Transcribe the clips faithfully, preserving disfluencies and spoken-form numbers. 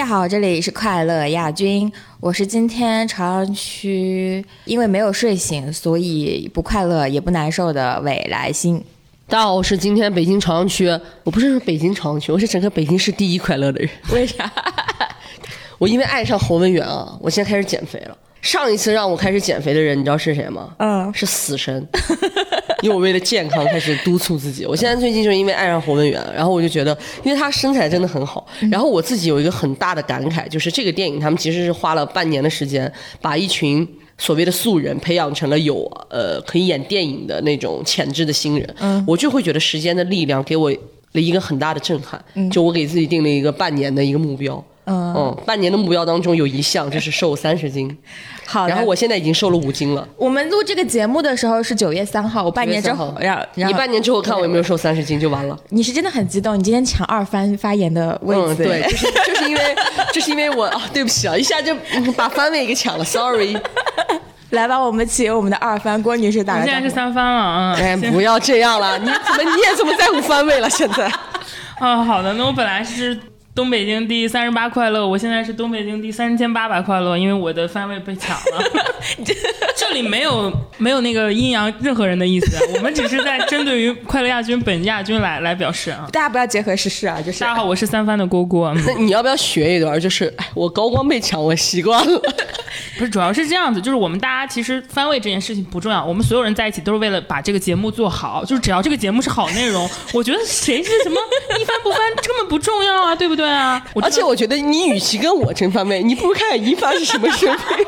家好，这里是快乐亚军，我是今天朝阳区因为没有睡醒，所以不快乐也不难受的未来星。 大家好，我是今天北京朝阳区，我不是北京朝阳区，我是整个北京市第一快乐的人。 为啥？ 我因为爱上侯文渊啊，我现在开始减肥了。上一次让我开始减肥的人，你知道是谁吗？嗯，是死神。因为我为了健康开始督促自己。我现在最近就是因为爱上侯文渊，然后我就觉得，因为他身材真的很好，然后我自己有一个很大的感慨，就是这个电影他们其实是花了半年的时间，把一群所谓的素人培养成了有呃可以演电影的那种潜质的新人。嗯，我就会觉得时间的力量给我了一个很大的震撼。嗯，就我给自己定了一个半年的一个目标。嗯, 嗯，半年的目标当中有一项就是瘦三十斤。好，然后我现在已经瘦了五斤了。 我们录这个节目的时候是九月三号，我半年之后，然后你半年之后看我有没有瘦三十斤就完了。 你是真的很激动，你今天抢二番发言的位置。 嗯，对，就是就是因为就是因为我啊，对不起啊，一下就把番位给抢了 ，sorry。 来吧，我们请我们的二番郭女士打个招呼。 现在是三番了啊！ 哎，不要这样了，你怎么你也这么在乎番位了？现在？ 啊，好的，那我本来是东北京第三十八快乐，我现在是东北京第三千八百快乐，因为我的番位被抢了。这里没有没有那个阴阳任何人的意思，我们只是在针对于快乐亚军本亚军来来表示啊。 大家不要结合时事啊，就是。 大家好，我是三番的蝈蝈。 那你要不要学一段？就是哎，我高光被抢，我习惯了。 不是，主要是这样子，就是我们大家其实番位这件事情不重要，我们所有人在一起都是为了把这个节目做好，就是只要这个节目是好内容，我觉得谁是什么一番不番根本不重要啊，对不对啊？ 而且我觉得你与其跟我争番位，你不如看看一番是什么水平。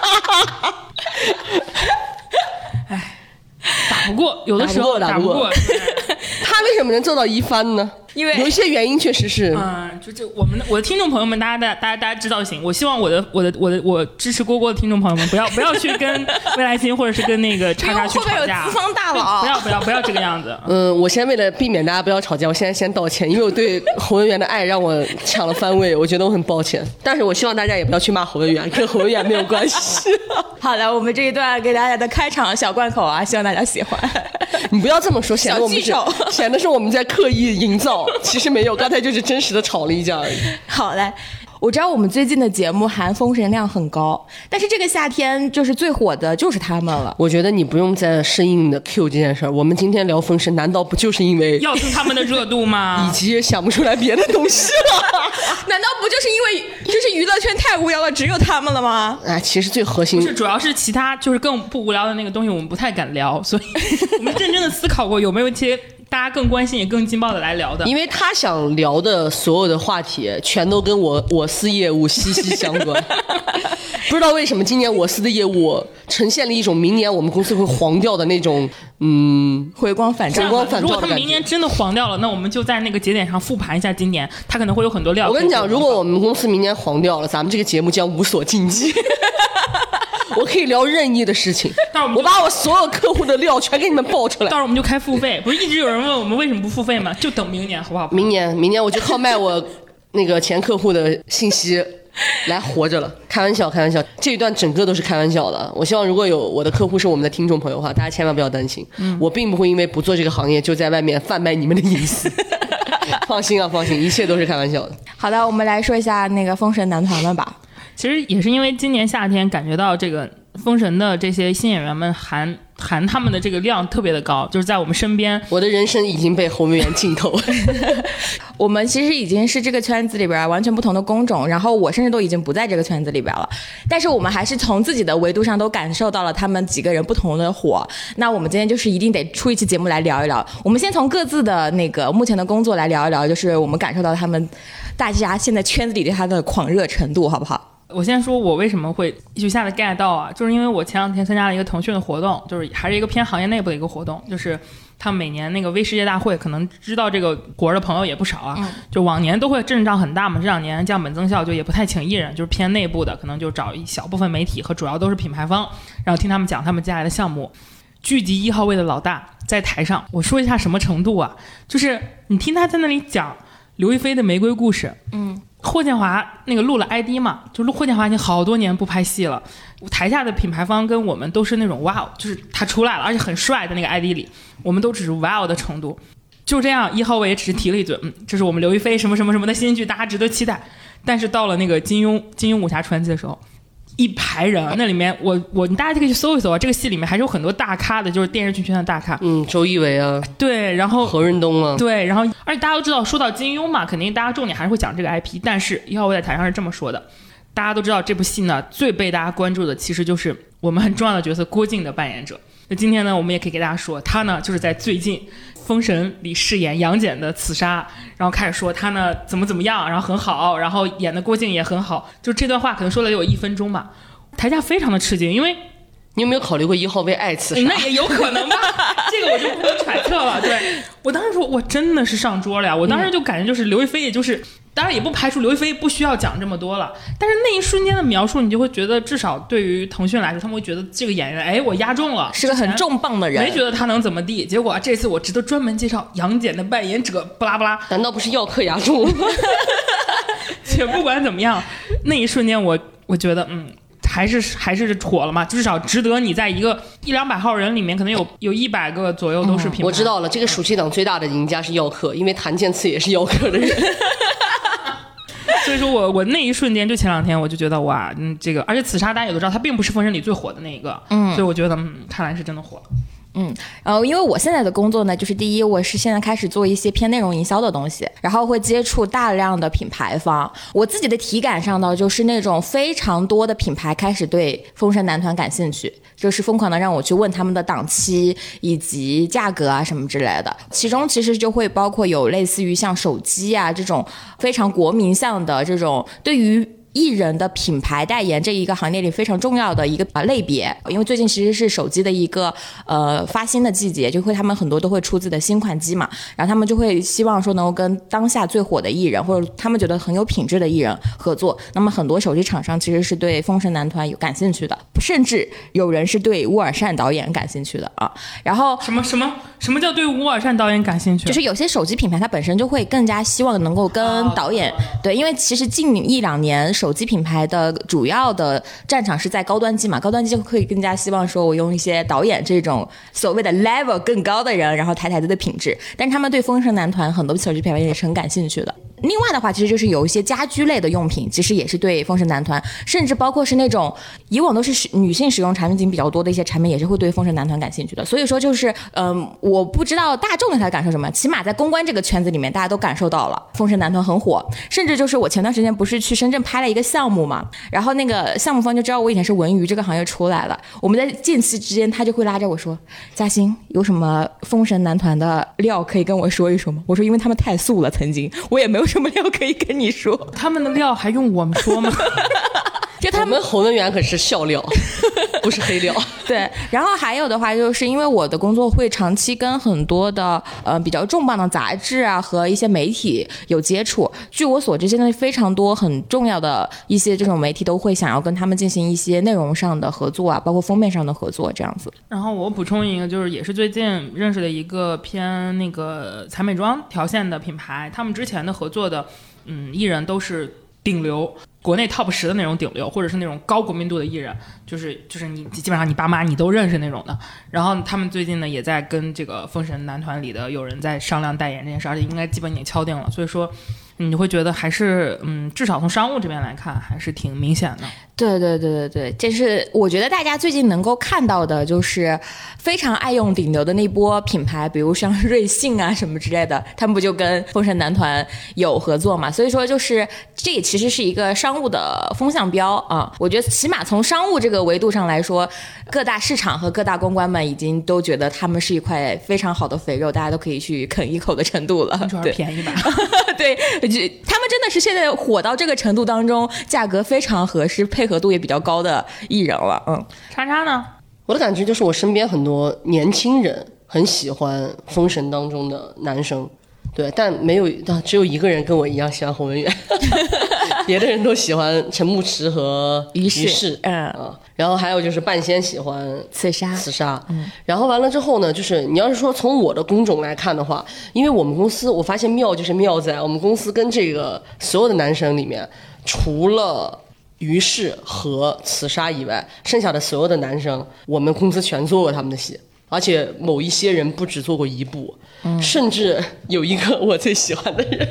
哎，打不过，有的时候打不过。 他为什么能做到一番呢？ 因为有一些原因确实是， 嗯，就就我们的我的听众朋友们，大家大家大家大家知道行。我希望我的我的我的我支持蝈蝈的听众朋友们，不要不要去跟未来星或者是跟那个叉叉去吵架， 资方大佬， 不要不要不要这个样子。 嗯，我先为了避免大家不要吵架，我现在先道歉，因为我对侯文渊的爱让我抢了番位，我觉得我很抱歉。但是我希望大家也不要去骂侯文渊，跟侯文渊没有关系。 好了，我们这一段给大家的开场小贯口啊，希望大家喜欢。 你不要这么说，显得我们是显得是我们在刻意营造，其实没有，刚才就是真实的吵了一架而已。 好嘞，我知道我们最近的节目含封神量很高，但是这个夏天就是最火的就是他们了。 我觉得你不用再生硬的 Q 这件事儿，我们今天聊封神，难道不就是因为要蹭他们的热度吗？ 以及想不出来别的东西了？ 难道不就是因为就是娱乐圈太无聊了，只有他们了吗？ 哎，其实最核心不是，主要是其他就是更不无聊的那个东西，我们不太敢聊，所以我们认真的思考过有没有一些大家更关心也更劲爆的来聊的。 因为他想聊的所有的话题全都跟我我司业务息息相关。不知道为什么今年我司的业务呈现了一种明年我们公司会黄掉的那种嗯回光返照回光返照的感觉。 如果他们明年真的黄掉了，那我们就在那个节点上复盘一下今年，他可能会有很多料。 我跟你讲，如果我们公司明年黄掉了，咱们这个节目将无所禁忌。我可以聊任意的事情，我, 我把我所有客户的料全给你们爆出来。 到时候我们就开付费，不是一直有人问我们为什么不付费吗？就等明年好不好？ 明年，明年我就靠卖我那个前客户的信息来活着了。开玩笑，开玩笑，这一段整个都是开玩笑的。我希望如果有我的客户是我们的听众朋友的话，大家千万不要担心，嗯、我并不会因为不做这个行业就在外面贩卖你们的隐私。放心啊，放心，一切都是开玩笑的。 好的，我们来说一下那个封神男团们吧。 其实也是因为今年夏天感觉到这个封神的这些新演员们含含他们的这个量特别的高，就是在我们身边。 我的人生已经被侯文渊浸透。 我们其实已经是这个圈子里边完全不同的工种，然后我甚至都已经不在这个圈子里边了，但是我们还是从自己的维度上都感受到了他们几个人不同的火。那我们今天就是一定得出一期节目来聊一聊。我们先从各自的那个目前的工作来聊一聊，就是我们感受到他们大家现在圈子里对他的狂热程度，好不好？ 我先说我为什么会一下子 get 到啊，就是因为我前两天参加了一个腾讯的活动，就是还是一个偏行业内部的一个活动，就是他们每年那个微世界大会，可能知道这个国的朋友也不少啊、嗯、就往年都会阵仗很大嘛，这两年降本增效，就也不太请艺人，就是偏内部的，可能就找一小部分媒体和主要都是品牌方，然后听他们讲他们接下来的项目。聚集一号位的老大在台上，我说一下什么程度啊，就是你听他在那里讲刘亦菲的玫瑰故事，嗯，霍建华那个录了 I D 嘛，就霍建华已经好多年不拍戏了，台下的品牌方跟我们都是那种哇，就是他出来了，而且很帅的那个 I D 里，我们都只是哇的程度。就这样，一号位也只是提了一嘴，嗯，这是我们刘亦菲什么什么什么的新剧，大家值得期待。 但是到了那个金庸金庸武侠传奇的时候，一排人，那里面我我大家就可以去搜一搜啊，这个戏里面还是有很多大咖的，就是电视剧圈的大咖， 嗯，周一围啊， 对，然后何润东啊， 对，然后而且大家都知道，说到金庸嘛，肯定大家重点还是会讲这个 I P， 但是一号位在台上是这么说的，大家都知道这部戏呢最被大家关注的其实就是我们很重要的角色郭靖的扮演者。那今天呢，我们也可以给大家说，他呢就是在最近《封神》里饰演杨戬的刺杀，然后开始说他呢怎么怎么样，然后很好，然后演的郭靖也很好，就这段话可能说了有一分钟吧，台下非常的吃惊，因为你有没有考虑过一号位爱刺杀？ 那也有可能吧，这个我就不能揣测了。对，我当时说我真的是上桌了呀，我当时就感觉就是刘亦菲，也就是。当然也不排除刘亦菲不需要讲这么多了，但是那一瞬间的描述，你就会觉得至少对于腾讯来说，他们会觉得这个演员，哎，我压中了， 是个很重磅的人， 没觉得他能怎么地。结果、啊、这次我值得专门介绍杨戬的扮演者，不拉不拉， 难道不是药客压中了吗？ 且不管怎么样，那一瞬间我我觉得，嗯。还是还是妥了嘛，至少值得你在一个一两百号人里面，可能有有一百个左右都是品牌、嗯。 我知道了，这个暑期档最大的赢家是药客，因为谭健次也是药客的人。 所以说我我那一瞬间就前两天我就觉得哇，嗯，这个而且刺杀大家也都知道，他并不是封神里最火的那一个，嗯，所以我觉得嗯，看来是真的火了。 嗯，然后因为我现在的工作呢，就是第一，我是现在开始做一些偏内容营销的东西，然后会接触大量的品牌方。我自己的体感上呢，就是那种非常多的品牌开始对封神男团感兴趣，就是疯狂的让我去问他们的档期以及价格啊什么之类的。其中其实就会包括有类似于像手机啊这种非常国民向的这种对于艺人的品牌代言这一个行业里非常重要的一个类别，因为最近其实是手机的一个呃发新的季节，就会他们很多都会出自己的新款机嘛，然后他们就会希望说能够跟当下最火的艺人或者他们觉得很有品质的艺人合作。那么很多手机厂商其实是对封神男团有感兴趣的，甚至有人是对乌尔善导演感兴趣的啊。然后什么什么什么叫对乌尔善导演感兴趣？ 就是有些手机品牌它本身就会更加希望能够跟导演、哦、对，因为其实近一两年手机品牌的主要的战场是在高端机嘛，高端机就可以更加希望说我用一些导演这种所谓的 level 更高的人，然后抬抬的品质。但是他们对封神男团很多手机品牌也是很感兴趣的。另外的话，其实就是有一些家居类的用品，其实也是对封神男团，甚至包括是那种以往都是女性使用产品比较多的一些产品，也是会对封神男团感兴趣的。所以说就是，嗯，我不知道大众对他的感受什么，起码在公关这个圈子里面，大家都感受到了封神男团很火。甚至就是我前段时间不是去深圳拍了一个项目嘛，然后那个项目方就知道我以前是文娱这个行业出来了，我们在间隙之间，他就会拉着我说：“嘉欣，有什么封神男团的料可以跟我说一说吗？”我说：“因为他们太素了，曾经我也没有什么料可以跟你说。” 他们的料还用我们说吗？ 就他们我们红文园可是笑料，不是黑料。 对，然后还有的话，就是因为我的工作会长期跟很多的呃比较重磅的杂志啊和一些媒体有接触。据我所知，现在非常多很重要的一些这种媒体都会想要跟他们进行一些内容上的合作啊，包括封面上的合作这样子。 然后我补充一个，就是也是最近认识的一个偏那个彩美妆条线的品牌，他们之前的合作的嗯艺人都是顶流。国内 top 十的那种顶流，或者是那种高国民度的艺人，就是就是你基本上你爸妈你都认识那种的。然后他们最近呢也在跟这个封神男团里的有人在商量代言这件事，而且应该基本已经敲定了。所以说你会觉得还是嗯，至少从商务这边来看还是挺明显的。 对对对对对，这是我觉得大家最近能够看到的，就是非常爱用顶流的那波品牌，比如像瑞幸啊什么之类的，他们不就跟封神男团有合作嘛？所以说就是这也其实是一个商务的风向标啊。我觉得起码从商务这个维度上来说，各大市场和各大公关们已经都觉得他们是一块非常好的肥肉，大家都可以去啃一口的程度了。 主要是便宜吧？ 对，他们真的是现在火到这个程度当中，价格非常合适，配合度也比较高的艺人了。嗯， 叉叉呢？ 我的感觉就是我身边很多年轻人很喜欢封神当中的男生，对，但没有，只有一个人跟我一样喜欢洪文远，别的人都喜欢陈牧驰和于适，嗯啊，然后还有就是半仙喜欢刺杀， 刺杀，嗯，然后完了之后呢，就是你要是说从我的工种来看的话，因为我们公司我发现妙就是妙在我们公司跟这个所有的男生里面，除了于适和刺杀以外，剩下的所有的男生，我们公司全做过他们的戏，而且某一些人不只做过一部，嗯、甚至有一个我最喜欢的人，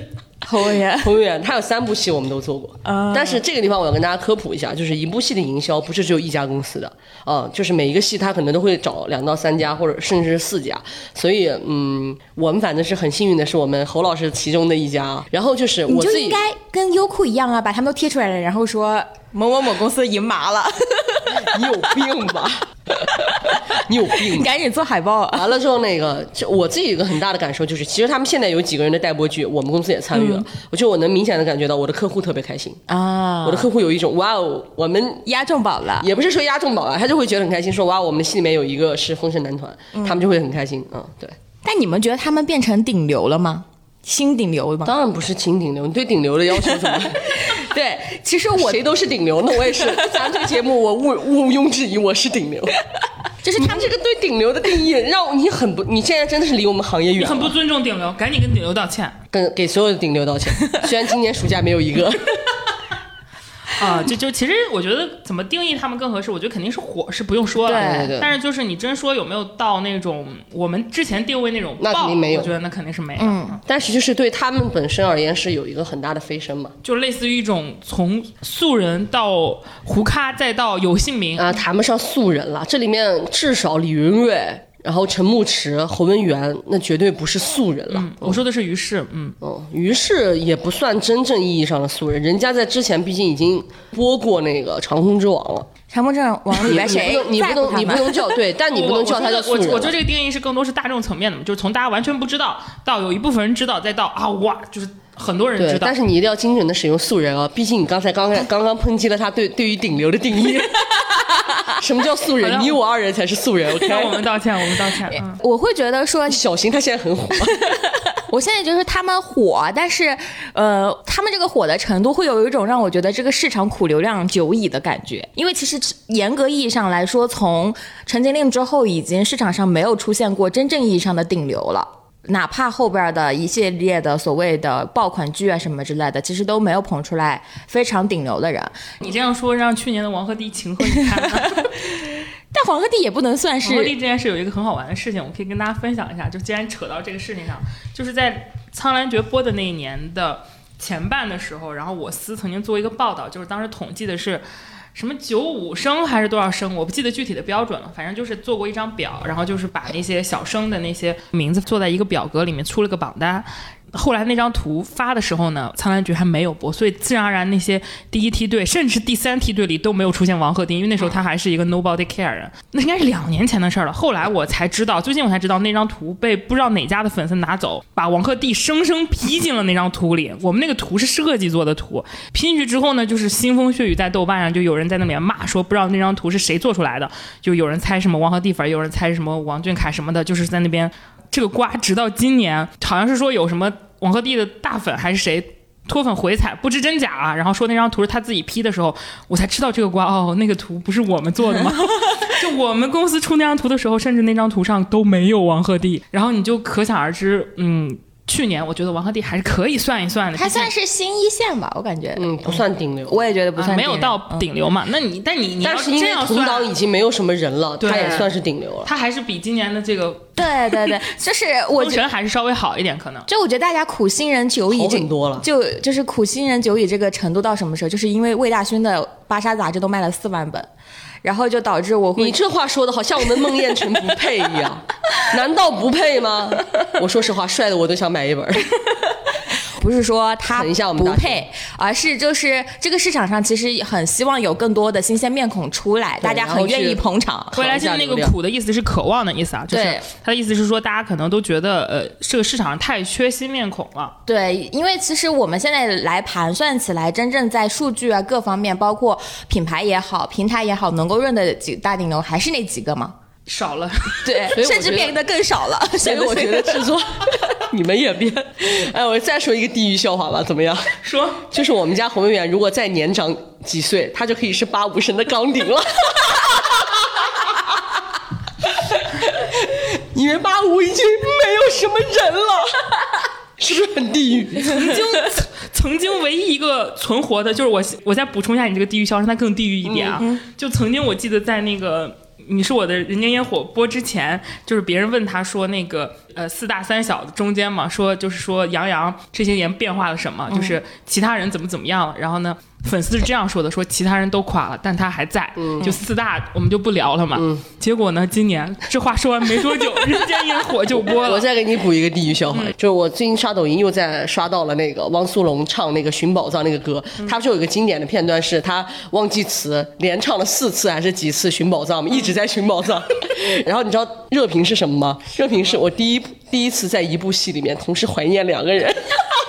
侯文元， 侯文元他有三部戏我们都做过， 啊但是这个地方我要跟大家科普一下，就是一部戏的营销不是只有一家公司的啊，就是每一个戏他可能都会找两到三家或者甚至是四家，所以嗯，我们反正是很幸运的是我们侯老师其中的一家，然后就是我自己你就应该跟优酷一样啊，把他们都贴出来了，然后说某某某公司赢麻了， 你有病吧？你有病吧？ 你赶紧做海报啊！ 完了之后，那个就我自己有一个很大的感受就是，其实他们现在有几个人的带播剧，我们公司也参与了。嗯、我觉得我能明显的感觉到我的客户特别开心啊， 我的客户有一种哇哦，我们押中宝了， 也不是说押中宝了，他就会觉得很开心，说哇，我们的戏里面有一个是封神男团，嗯、他们就会很开心。嗯，对。 但你们觉得他们变成顶流了吗？新顶流吗？ 当然不是新顶流，你对顶流的要求怎么？ 对，其实我谁都是顶流，那我也是。咱这个节目我毋毋庸置疑，我是顶流。就是他们这个对顶流的定义，让你很不，你现在真的是离我们行业远了。 你很不尊重顶流，赶紧跟顶流道歉， 跟给所有的顶流道歉。虽然今年暑假没有一个。 啊，就就其实我觉得怎么定义他们更合适，我觉得肯定是火是不用说了， 对对对。 但是就是你真说有没有到那种我们之前定位那种爆， 那肯定没有， 我觉得那肯定是没有。 嗯，但是就是对他们本身而言是有一个很大的飞升嘛， 就类似于一种从素人到胡咖再到有姓名啊，谈不上素人了，这里面至少李云瑞。然后陈牧驰、侯文元，那绝对不是素人了。 嗯、我说的是于适，嗯， 哦，于适也不算真正意义上的素人，人家在之前毕竟已经播过那个《长空之王》了。 长空之王里边谁？ 你不能，你不能叫对，但你不能叫他叫素人。 我我觉得这个定义是更多是大众层面的嘛，就是从大家完全不知道到有一部分人知道，再到啊哇，就是很多人知道。 但是你一定要精准的使用素人啊，毕竟你刚才刚刚刚抨击了他对对于顶流的定义。什么叫素人？你我二人才是素人。OK， 那我们道歉，我们道歉。嗯、 我会觉得说， 小邢他现在很火。 我现在就是他们火，但是呃，他们这个火的程度会有一种让我觉得这个市场苦流量久矣的感觉。因为其实严格意义上来说，从陈情令之后，已经市场上没有出现过真正意义上的顶流了。哪怕后边的一系列的所谓的爆款剧啊什么之类的，其实都没有捧出来非常顶流的人。 你这样说，让去年的王鹤棣情何以堪呢？ 但黄鹤棣也不能算是。 黄鹤棣这件事有一个很好玩的事情，我可以跟大家分享一下。就既然扯到这个事情上，就是在《苍兰诀》播的那一年的前半的时候，然后我司曾经做一个报道，就是当时统计的是什么九五生还是多少生，我不记得具体的标准了，反正就是做过一张表，然后就是把那些小生的那些名字做在一个表格里面，出了个榜单。后来那张图发的时候呢，苍兰诀还没有播，所以自然而然那些第一梯队甚至第三梯队里都没有出现王鹤棣，因为那时候他还是一个 nobody care 人。那应该是两年前的事了。后来我才知道，最近我才知道那张图被不知道哪家的粉丝拿走，把王鹤棣生生 P 进了那张图里。我们那个图是设计做的图，P进去之后呢，就是腥风血雨，在豆瓣上就有人在那里面骂说，不知道那张图是谁做出来的，就有人猜什么王鹤棣粉，有人猜什么王俊凯什么的，就是在那边这个瓜直到今年好像是说有什么王鹤棣的大粉还是谁脱粉回踩，不知真假啊，然后说那张图是他自己 P 的时候，我才知道这个瓜哦，那个图不是我们做的吗？就我们公司出那张图的时候，甚至那张图上都没有王鹤棣，然后你就可想而知，嗯。去年我觉得王鹤棣还是可以算一算的， 他算是新一线吧，我感觉， 嗯，不算顶流， 我也觉得不算顶流、 啊，没有到顶流嘛。嗯、那你，但你你要但是因为同档已经没有什么人了，他也算是顶流了。 他还是比今年的这个， 对对对，就是我觉得还是稍微好一点，可能。 就我觉得大家苦心人久矣， 很多了。 就就是苦心人久矣这个程度到什么时候？就是因为魏大勋的《芭莎》杂志都卖了四万本。然后就导致我会， 你这话说的好像我们孟宴臣不配一样，难道不配吗？我说实话，帅的我都想买一本。 不是说他不配，而是就是这个市场上其实很希望有更多的新鲜面孔出来，大家很愿意捧场。 未来现在那个苦的意思是渴望的意思啊，就是他的意思是说，大家可能都觉得呃，这个市场上太缺新面孔了。 对，因为其实我们现在来盘算起来，真正在数据啊各方面，包括品牌也好、平台也好，能够认的几大顶流还是那几个嘛。 少了， 对，甚至变得更少了。 所以我觉得制作你们也变。哎，我再说一个地狱笑话吧，怎么样？ 说， 就是我们家洪文远如果再年长几岁，他就可以是八五神的钢顶了。因为八五已经没有什么人了，是不是很地狱？ 曾经曾经唯一一个存活的，就是我，我再补充一下你这个地狱笑，让它更地狱一点啊。嗯嗯、就曾经我记得在那个。你是我的人间烟火播之前，就是别人问他说那个呃四大三小的中间嘛，说就是说杨洋这些年变化了什么，嗯、就是其他人怎么怎么样了，然后呢。粉丝是这样说的，说其他人都垮了，但他还在，嗯、就四大我们就不聊了嘛。嗯、结果呢，今年这话说完没多久，《人间烟火》就播了。 我再给你补一个地狱笑话，嗯、就是我最近刷抖音又在刷到了那个汪苏泷唱那个《寻宝藏》那个歌，嗯、他就有一个经典的片段，是他忘记词，连唱了四次还是几次《寻宝藏》，一直在寻宝藏。然后你知道热评是什么吗？热评是我第一第一次在一部戏里面同时怀念两个人。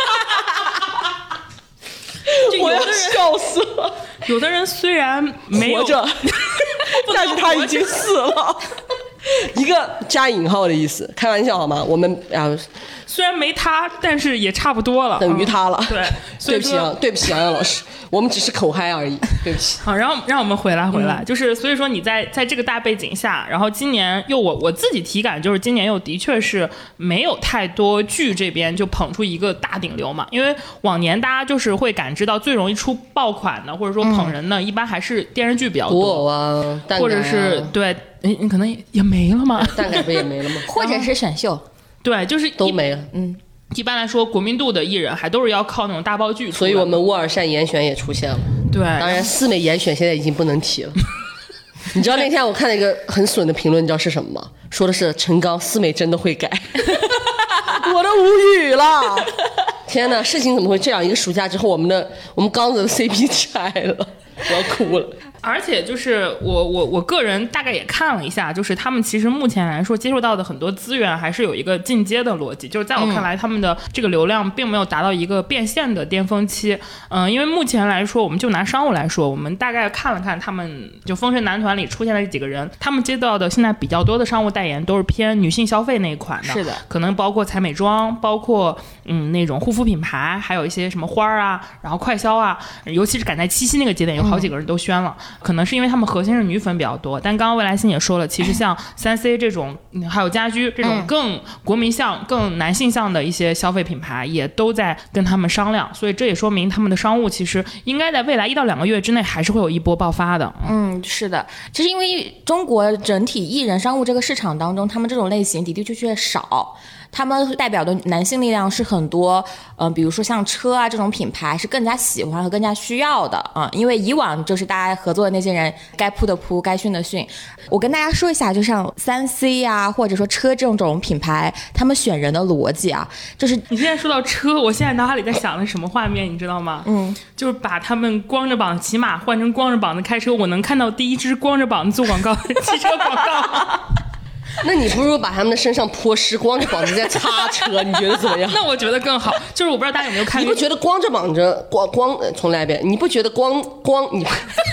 我要笑死了。 有的人虽然没有活着，但是他已经死了。一个加引号的意思，开玩笑好吗？我们啊， 虽然没他，但是也差不多了， 等于他了。 嗯、对， 对不起啊，对不起杨洋老师，我们只是口嗨而已，对不起。 好，然后让我们回来回来，嗯、就是所以说你在在这个大背景下，然后今年又我我自己体感就是今年又的确是没有太多剧这边就捧出一个大顶流嘛，因为往年大家就是会感知到最容易出爆款的或者说捧人的，嗯、一般还是电视剧比较多， 古偶啊， 或者是对。你你可能也没了吗？ 蛋改不也没了吗？ 或者是选秀， 对，就是都没了。 嗯，一般来说，国民度的艺人还都是要靠那种大爆剧。 所以我们沃尔善严选也出现了。 对， 当然四美严选现在已经不能提了。你知道那天我看了一个很损的评论，你知道是什么吗？说的是陈刚四美真的会改，我都无语了。天哪，事情怎么会这样？一个暑假之后，我们的我们刚子的 C P 拆了，我要哭了。 而且就是我我我个人大概也看了一下，就是他们其实目前来说接触到的很多资源还是有一个进阶的逻辑，就是在我看来，他们的这个流量并没有达到一个变现的巅峰期。嗯、呃，因为目前来说，我们就拿商务来说，我们大概看了看他们就封神男团里出现的这几个人，他们接到的现在比较多的商务代言都是偏女性消费那一款的， 是的， 可能包括彩美妆，包括嗯那种护肤品牌，还有一些什么花啊，然后快消啊，尤其是赶在七夕那个节点，有好几个人都宣了。嗯，可能是因为他们核心是女粉比较多，但刚刚未来星也说了，其实像三 C 这种还有家居这种更国民向更男性向的一些消费品牌也都在跟他们商量，所以这也说明他们的商务其实应该在未来一到两个月之内还是会有一波爆发的。 嗯，是的，其实因为中国整体艺人商务这个市场当中，他们这种类型的的确确少，他们代表的男性力量是很多，嗯、呃，比如说像车啊这种品牌是更加喜欢和更加需要的啊、嗯，因为以往就是大家合作的那些人，该扑的扑，该训的训。我跟大家说一下，就像三 C 啊，或者说车这种品牌，他们选人的逻辑啊，就是你现在说到车，我现在脑海里在想的什么画面，你知道吗？嗯，就是把他们光着膀子骑马换成光着膀子开车，我能看到第一支光着膀子做广告的汽车广告。 那你不如把他们的身上泼湿，光着膀子在擦车，你觉得怎么样？ 那我觉得更好。就是我不知道大家有没有看， 你不觉得光着膀子光光重来一遍？你不觉得光光你？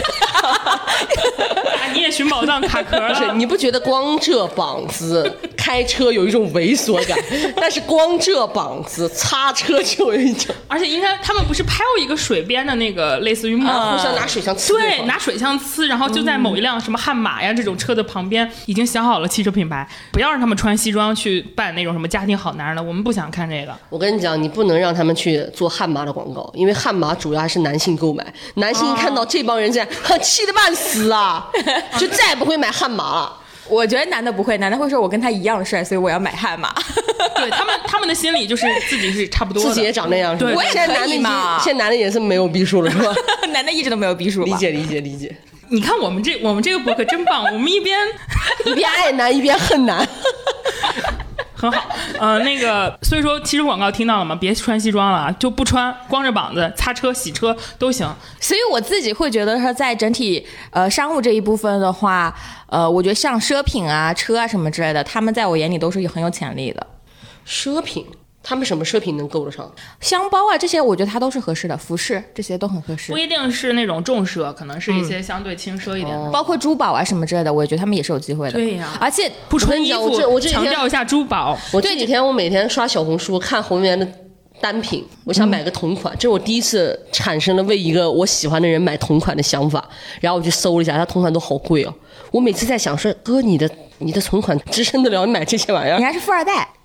你也寻宝藏卡壳了？ 是，你不觉得光这膀子开车有一种猥琐感？但是光这膀子擦车就有一种， 而且应该他们不是拍过一个水边的那个类似于幕、 啊，互相拿水枪呲， 对，拿水枪呲，然后就在某一辆什么悍马呀、嗯、这种车的旁边，已经想好了汽车品牌。不要让他们穿西装去办那种什么家庭好男人了，我们不想看这个。 我跟你讲，你不能让他们去做悍马的广告，因为悍马主要还是男性购买，男性一看到这帮人这样，哦、气得半死啊，就再也不会买悍马了。 我觉得男的不会，男的会说我跟他一样帅，所以我要买悍马。 对他们，他们的心理就是自己是差不多的， 自己也长那样。 对， 我也可以嘛。 现在男的也是没有逼数了，是吧？ 男的一直都没有逼数。 理解理解理解。 你看我们这我们这个博客真棒，我们一边一边爱男一边恨男。 很好，呃，那个，所以说，其实广告听到了吗？别穿西装了，就不穿，光着膀子擦车、洗车都行。 所以我自己会觉得说，在整体呃商务这一部分的话，呃，我觉得像奢品啊、车啊什么之类的，他们在我眼里都是很有潜力的。 奢品。他们什么奢品能够得上？ 箱包啊，这些我觉得它都是合适的，服饰这些都很合适。 不一定是那种重奢，可能是一些相对轻奢一点的， 嗯、包括珠宝啊什么之类的，我也觉得他们也是有机会的。 对呀、啊， 而且不穿衣服， 我我强调一下珠宝。 我这几天我每天刷小红书看红源的单品，我想买个同款，嗯、这是我第一次产生了为一个我喜欢的人买同款的想法。然后我去搜了一下，它同款都好贵哦。我每次在想说，哥，你的你的存款支撑得了你买这些玩意儿？ 你还是富二代。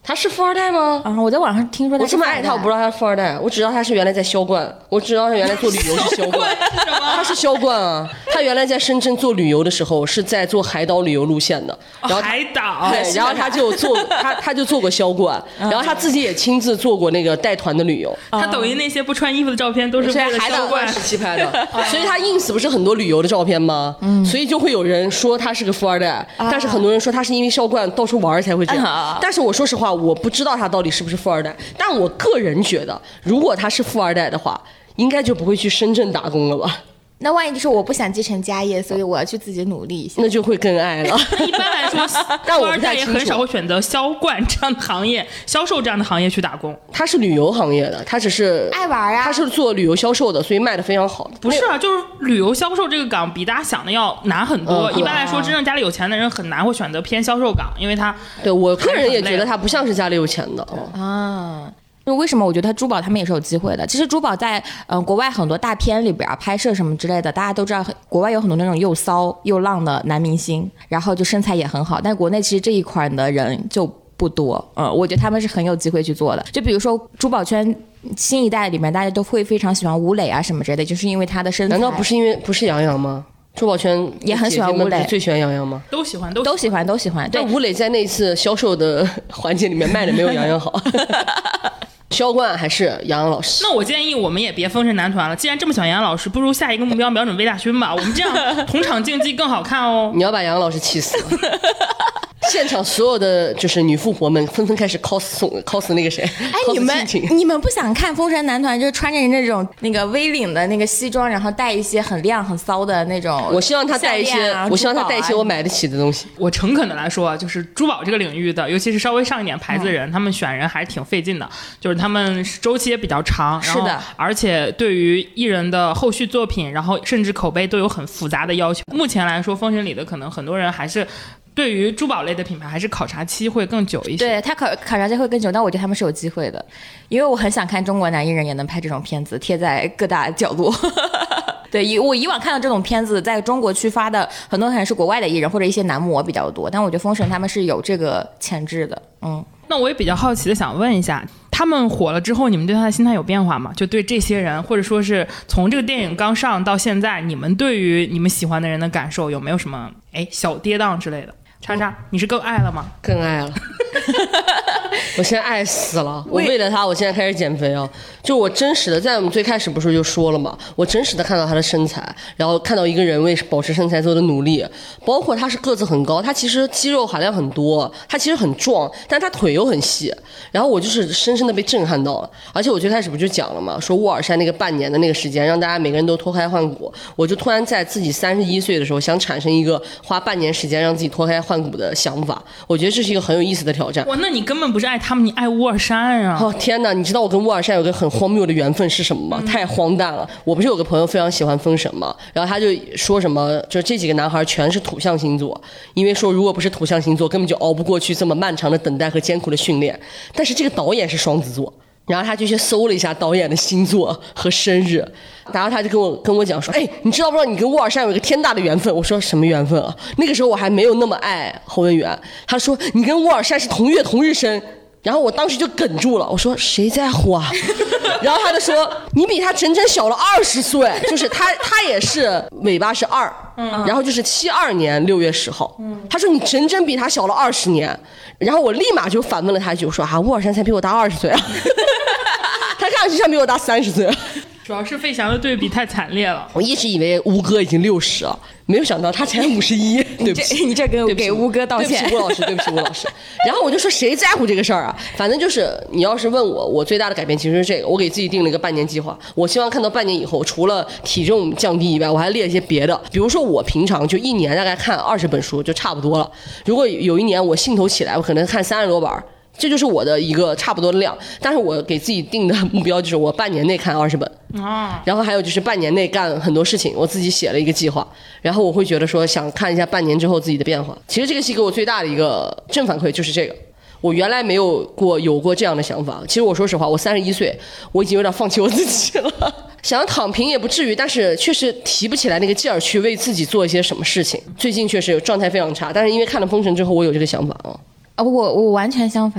他是富二代吗？ 啊，我在网上听说他我这么爱他，我不知道他是富二代，我只知道他是原来在销冠，我知道他原来做旅游是销冠，他是销冠啊。他原来在深圳做旅游的时候是在做海岛旅游路线的，然后海岛， 对，然后他就做他他就做过销冠，然后他自己也亲自做过那个带团的旅游。 他抖音那些不穿衣服的照片都是为了海岛销冠时期拍的，所以他 ins 不是很多旅游的照片吗？所以就会有人说他是个富二代，但是很多人说他是因为销冠到处玩才会这样。但是我说实话，我不知道他到底是不是富二代，但我个人觉得，如果他是富二代的话，应该就不会去深圳打工了吧？ 那万一就是我不想继承家业，所以我要去自己努力一下， 那就会更爱了。 一般来说， 但我富二代也很少会选择销冠这样的行业、销售这样的行业去打工。 他是旅游行业的，他只是爱玩啊， 他是做旅游销售的，所以卖的非常好。 不是啊，就是旅游销售这个岗比大家想的要难很多。 嗯、 一般来说，真正家里有钱的人很难会选择偏销售岗，因为他对我个人也觉得他不像是家里有钱的啊。就为什么我觉得珠宝他们也是有机会的？其实珠宝在嗯、呃、国外很多大片里边拍摄什么之类的，大家都知道，国外有很多那种又骚又浪的男明星，然后就身材也很好，但国内其实这一款的人就不多。嗯，我觉得他们是很有机会去做的。就比如说珠宝圈新一代里面，大家都会非常喜欢吴磊啊什么之类的，就是因为他的身材。 难道不是因为不是杨洋吗？珠宝圈也很喜欢吴磊， 最喜欢杨洋吗？ 都喜欢，都都喜欢，都喜欢。 但吴磊在那次销售的环节里面卖的没有杨洋好。销冠还是杨洋老师？ 那我建议我们也别封神男团了，既然这么喜欢杨洋老师，不如下一个目标瞄准魏大勋吧，我们这样同场竞技更好看哦。 你要把杨洋老师气死了。现场所有的就是女富婆们纷纷开始 cos cos 那个谁？ 哎，你们你们不想看封神男团，就是穿着那种那个 V 领的那个西装，然后带一些很亮很骚的那种、啊？ 我希望他带一些，我希望他带一些我买得起的东西。 我诚恳的来说，就是珠宝这个领域的，尤其是稍微上一点牌子的人，嗯、他们选人还是挺费劲的，就是他们周期也比较长， 是的， 而且对于艺人的后续作品，然后甚至口碑都有很复杂的要求。目前来说，封神里的可能很多人还是。对于珠宝类的品牌，还是考察期会更久一些。 对，他考考察期会更久，但我觉得他们是有机会的，因为我很想看中国男艺人也能拍这种片子，贴在各大角落。对，以我以往看到这种片子，在中国区发的很多可能是国外的艺人或者一些男模比较多，但我觉得封神他们是有这个潜质的。嗯， 那我也比较好奇的想问一下，他们火了之后，你们对他的心态有变化吗？就对这些人，或者说是从这个电影刚上到现在，你们对于你们喜欢的人的感受有没有什么哎小跌宕之类的？叉叉，你是更爱了吗？ 更爱了。我现在爱死了，我为了他，我现在开始减肥啊！就我真实的，在我们最开始不是就说了嘛，我真实的看到他的身材，然后看到一个人为保持身材做的努力，包括他是个子很高，他其实肌肉含量很多，他其实很壮，但他腿又很细，然后我就是深深的被震撼到了。而且我最开始不就讲了嘛，说沃尔善那个半年的那个时间，让大家每个人都脱胎换骨，我就突然在自己三十一岁的时候，想产生一个花半年时间让自己脱胎换骨的想法，我觉得这是一个很有意思的挑战。 哇，那你根本不是爱他们，你爱沃尔善啊！ 哦天哪，你知道我跟沃尔善有个很荒谬的缘分是什么吗？嗯、太荒诞了！我不是有个朋友非常喜欢封神嘛，然后他就说什么，就这几个男孩全是土象星座，因为说如果不是土象星座，根本就熬不过去这么漫长的等待和艰苦的训练。但是这个导演是双子座。然后他就去搜了一下导演的星座和生日，然后他就跟我跟我讲说，哎，你知道不知道你跟沃尔善有一个天大的缘分？我说什么缘分啊？那个时候我还没有那么爱侯文元。他说你跟沃尔善是同月同日生。然后我当时就哽住了，我说谁在乎啊？然后他就说你比他整整小了二十岁，就是他他也是尾巴是二，嗯，然后就是七二年六月十号，嗯，他说你整整比他小了二十年，然后我立马就反问了他一句，我说啊，沃尔善才比我大二十岁啊，他看上去像比我大三十岁。 主要是费翔的对比太惨烈了， 我一直以为吴哥已经六十了，没有想到他才五十一。对不起， 你这给给吴哥道歉， 对不起吴老师，对不起吴老师。然后我就说谁在乎这个事儿啊？反正就是你要是问我，我最大的改变其实是这个，我给自己定了一个半年计划，我希望看到半年以后，除了体重降低以外，我还列一些别的，比如说我平常就一年大概看二十本书就差不多了。如果有一年我兴头起来，我可能看三十多本。这就是我的一个差不多的量，但是我给自己定的目标就是我半年内看二十本，啊，然后还有就是半年内干很多事情，我自己写了一个计划，然后我会觉得说想看一下半年之后自己的变化。其实这个戏给我最大的一个正反馈就是这个，我原来没有过有过这样的想法。其实我说实话，我三十一岁，我已经有点放弃我自己了，想要躺平也不至于，但是确实提不起来那个劲儿去为自己做一些什么事情。最近确实状态非常差，但是因为看了《封神》之后，我有这个想法啊。 啊，我我完全相反，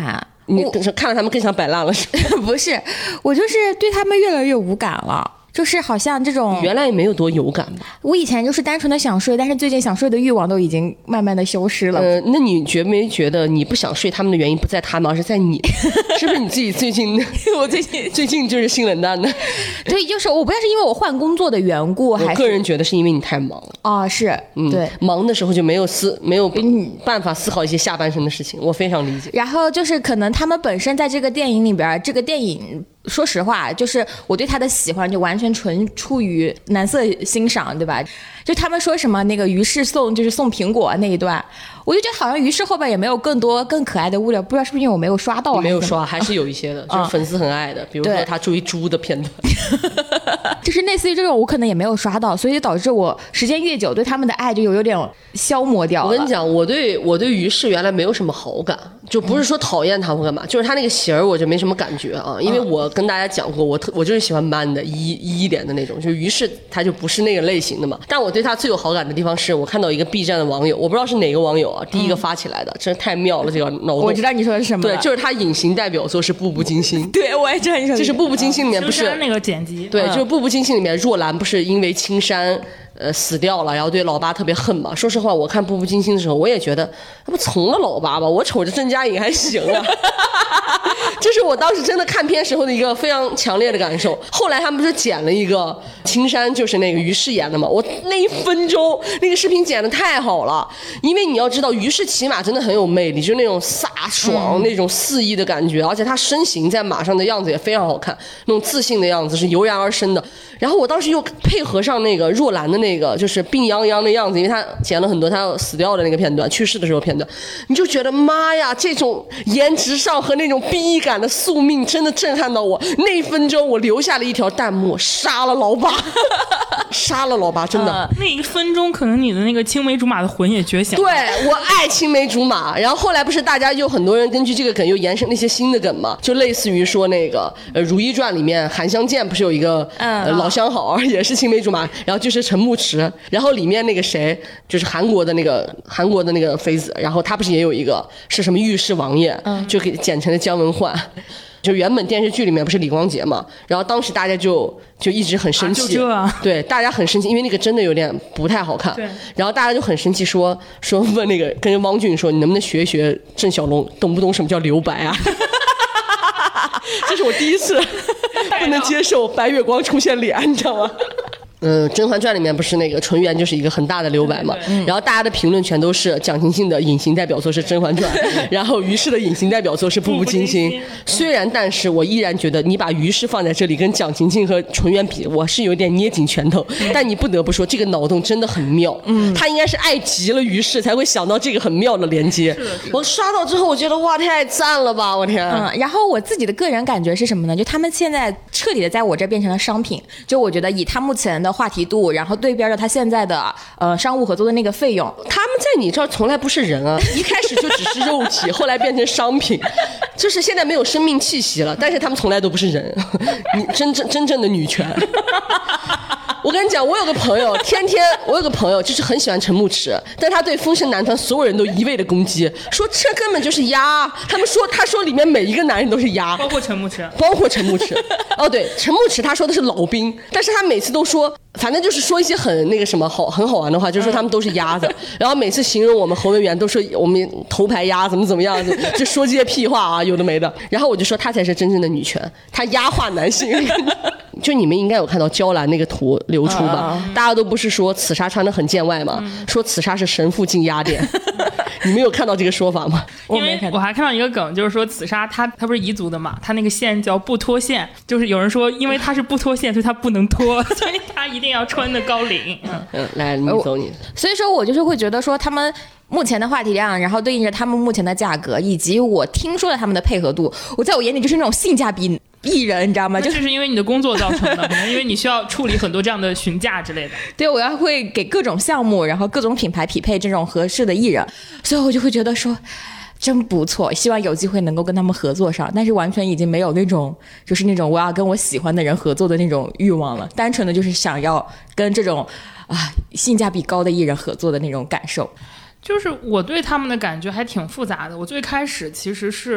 你看到他们更想摆烂了是吧？ 不是，我就是对他们越来越无感了。就是好像这种原来也没有多有感吧。 我以前就是单纯的想睡，但是最近想睡的欲望都已经慢慢的消失了。 呃，那你觉没觉得你不想睡他们的原因不在他们，而是在你？是不是你自己最近？ 我最近最近就是性冷淡的。 对，就是我不知道是因为我换工作的缘故，还是我个人觉得是因为你太忙了。 啊、哦，是， 嗯， 对， 忙的时候就没有思没有办法思考一些下半身的事情，我非常理解。 然后就是可能他们本身在这个电影里边，这个电影。说实话，就是我对他的喜欢就完全纯出于男色欣赏，对吧？就他们说什么那个于是送就是送苹果那一段，我就觉得好像于是后边也没有更多更可爱的物料，不知道是不是因为我没有刷到。 没有刷，还是有一些的，就是粉丝很爱的，比如说他追猪的片段， 就是类似于这种我可能也没有刷到，所以导致我时间越久对他们的爱就有有点消磨掉了。 我跟你讲，我对我对于是原来没有什么好感，就不是说讨厌他或干嘛，就是他那个型儿我就没什么感觉啊，因为我跟大家讲过，我特我就是喜欢 man 的一一点的那种，就是于是他就不是那个类型的嘛。但我对他最有好感的地方是我看到一个 B 站的网友，我不知道是哪个网友啊，第一个发起来的，嗯、真是太妙了这个脑洞。 我知道你说的是什么， 对，就是他隐形代表作是《步步惊心》。 对，我也知道你说的， 就是《步步惊心》里面不是那个剪辑， 对，就是《步步惊心》里面若兰不是因为青山。呃，死掉了，然后对老八特别恨嘛。说实话，我看《步步惊心》的时候，我也觉得，那不从了老八吧？我瞅着郑嘉颖还行啊。这是我当时真的看片时候的一个非常强烈的感受。后来他们不是剪了一个青山，就是那个于适演的嘛。我那一分钟那个视频剪得太好了，因为你要知道，于适骑马真的很有魅力，就是那种飒爽、嗯、那种肆意的感觉，而且他身形在马上的样子也非常好看，那种自信的样子是油然而生的。然后我当时又配合上那个若兰的那个就是病殃殃的样子，因为他剪了很多他死掉的那个片段，去世的时候片段，你就觉得妈呀，这种颜值上和那种逼感的宿命真的震撼到我。那一分钟我留下了一条弹幕，杀了老八，杀了老八，真的、呃、 那一分钟可能你的那个青梅竹马的魂也觉醒了。 对，我爱青梅竹马。然后后来不是大家又很多人根据这个梗又延伸了一些新的梗嘛，就类似于说那个呃《如懿传》里面韩湘剑不是有一个、呃、老相好也是青梅竹马，然后就是陈牧驰，然后里面那个谁就是韩国的那个韩国的那个妃子，然后他不是也有一个是什么御史王爷，嗯、就给剪成了姜文焕。就原本电视剧里面不是李光洁嘛，然后当时大家就就一直很生气， 啊啊、 对，大家很生气，因为那个真的有点不太好看。 对， 然后大家就很生气说，说说问那个跟汪俊说，你能不能学一学郑晓龙，懂不懂什么叫留白啊？这是我第一次不能接受白月光出现脸，你知道吗？嗯，《甄嬛传》里面不是那个纯元就是一个很大的留白嘛，嗯、然后大家的评论全都是蒋勤勤的隐形代表作是《甄嬛传》，然后于适的隐形代表作是《步步惊心》。虽然，但是我依然觉得你把于适放在这里跟蒋勤勤和纯元比，我是有点捏紧拳头。嗯、但你不得不说，这个脑洞真的很妙。嗯，他应该是爱极了于适才会想到这个很妙的连接。我刷到之后，我觉得哇，太赞了吧！我天、啊。 嗯，然后我自己的个人感觉是什么呢？就他们现在彻底的在我这变成了商品。就我觉得以他目前的话题度，然后对标着他现在的呃商务合作的那个费用， 他们在你这儿从来不是人啊，一开始就只是肉体，后来变成商品，就是现在没有生命气息了，但是他们从来都不是人，你真正真正的女权。我跟你讲，我有个朋友，天天我有个朋友就是很喜欢陈牧驰，但他对风声男团所有人都一味的攻击，说这根本就是鸭。他们说，他说里面每一个男人都是鸭， 包括陈牧驰， 包括陈牧驰。哦，对，陈牧驰他说的是老兵，但是他每次都说，反正就是说一些很那个什么好很好玩的话，就是说他们都是鸭子。然后每次形容我们侯文员都说我们头牌鸭怎么怎么样，就说这些屁话啊，有的没的。然后我就说他才是真正的女权，他鸭化男性。就你们应该有看到娇兰那个图流出吧？嗯、大家都不是说紫砂穿得很见外吗？嗯、说紫砂是神父进鸭店。你们有看到这个说法吗？ 因为我还看到一个梗，就是说紫砂它它不是彝族的嘛，它那个线叫不脱线，就是有人说因为它是不脱线，所以它不能脱，所以它一定要穿的高领。嗯嗯，来你走你。 所以说我就是会觉得说他们目前的话题量，然后对应着他们目前的价格，以及我听说的他们的配合度，我在我眼里就是那种性价比艺人，你知道吗？ 就是因为你的工作造成的，可能因为你需要处理很多这样的询价之类的。 对，我要会给各种项目，然后各种品牌匹配这种合适的艺人，所以我就会觉得说真不错，希望有机会能够跟他们合作上，但是完全已经没有那种就是那种我要跟我喜欢的人合作的那种欲望了，单纯的就是想要跟这种啊性价比高的艺人合作的那种感受。 就是我对他们的感觉还挺复杂的，我最开始其实是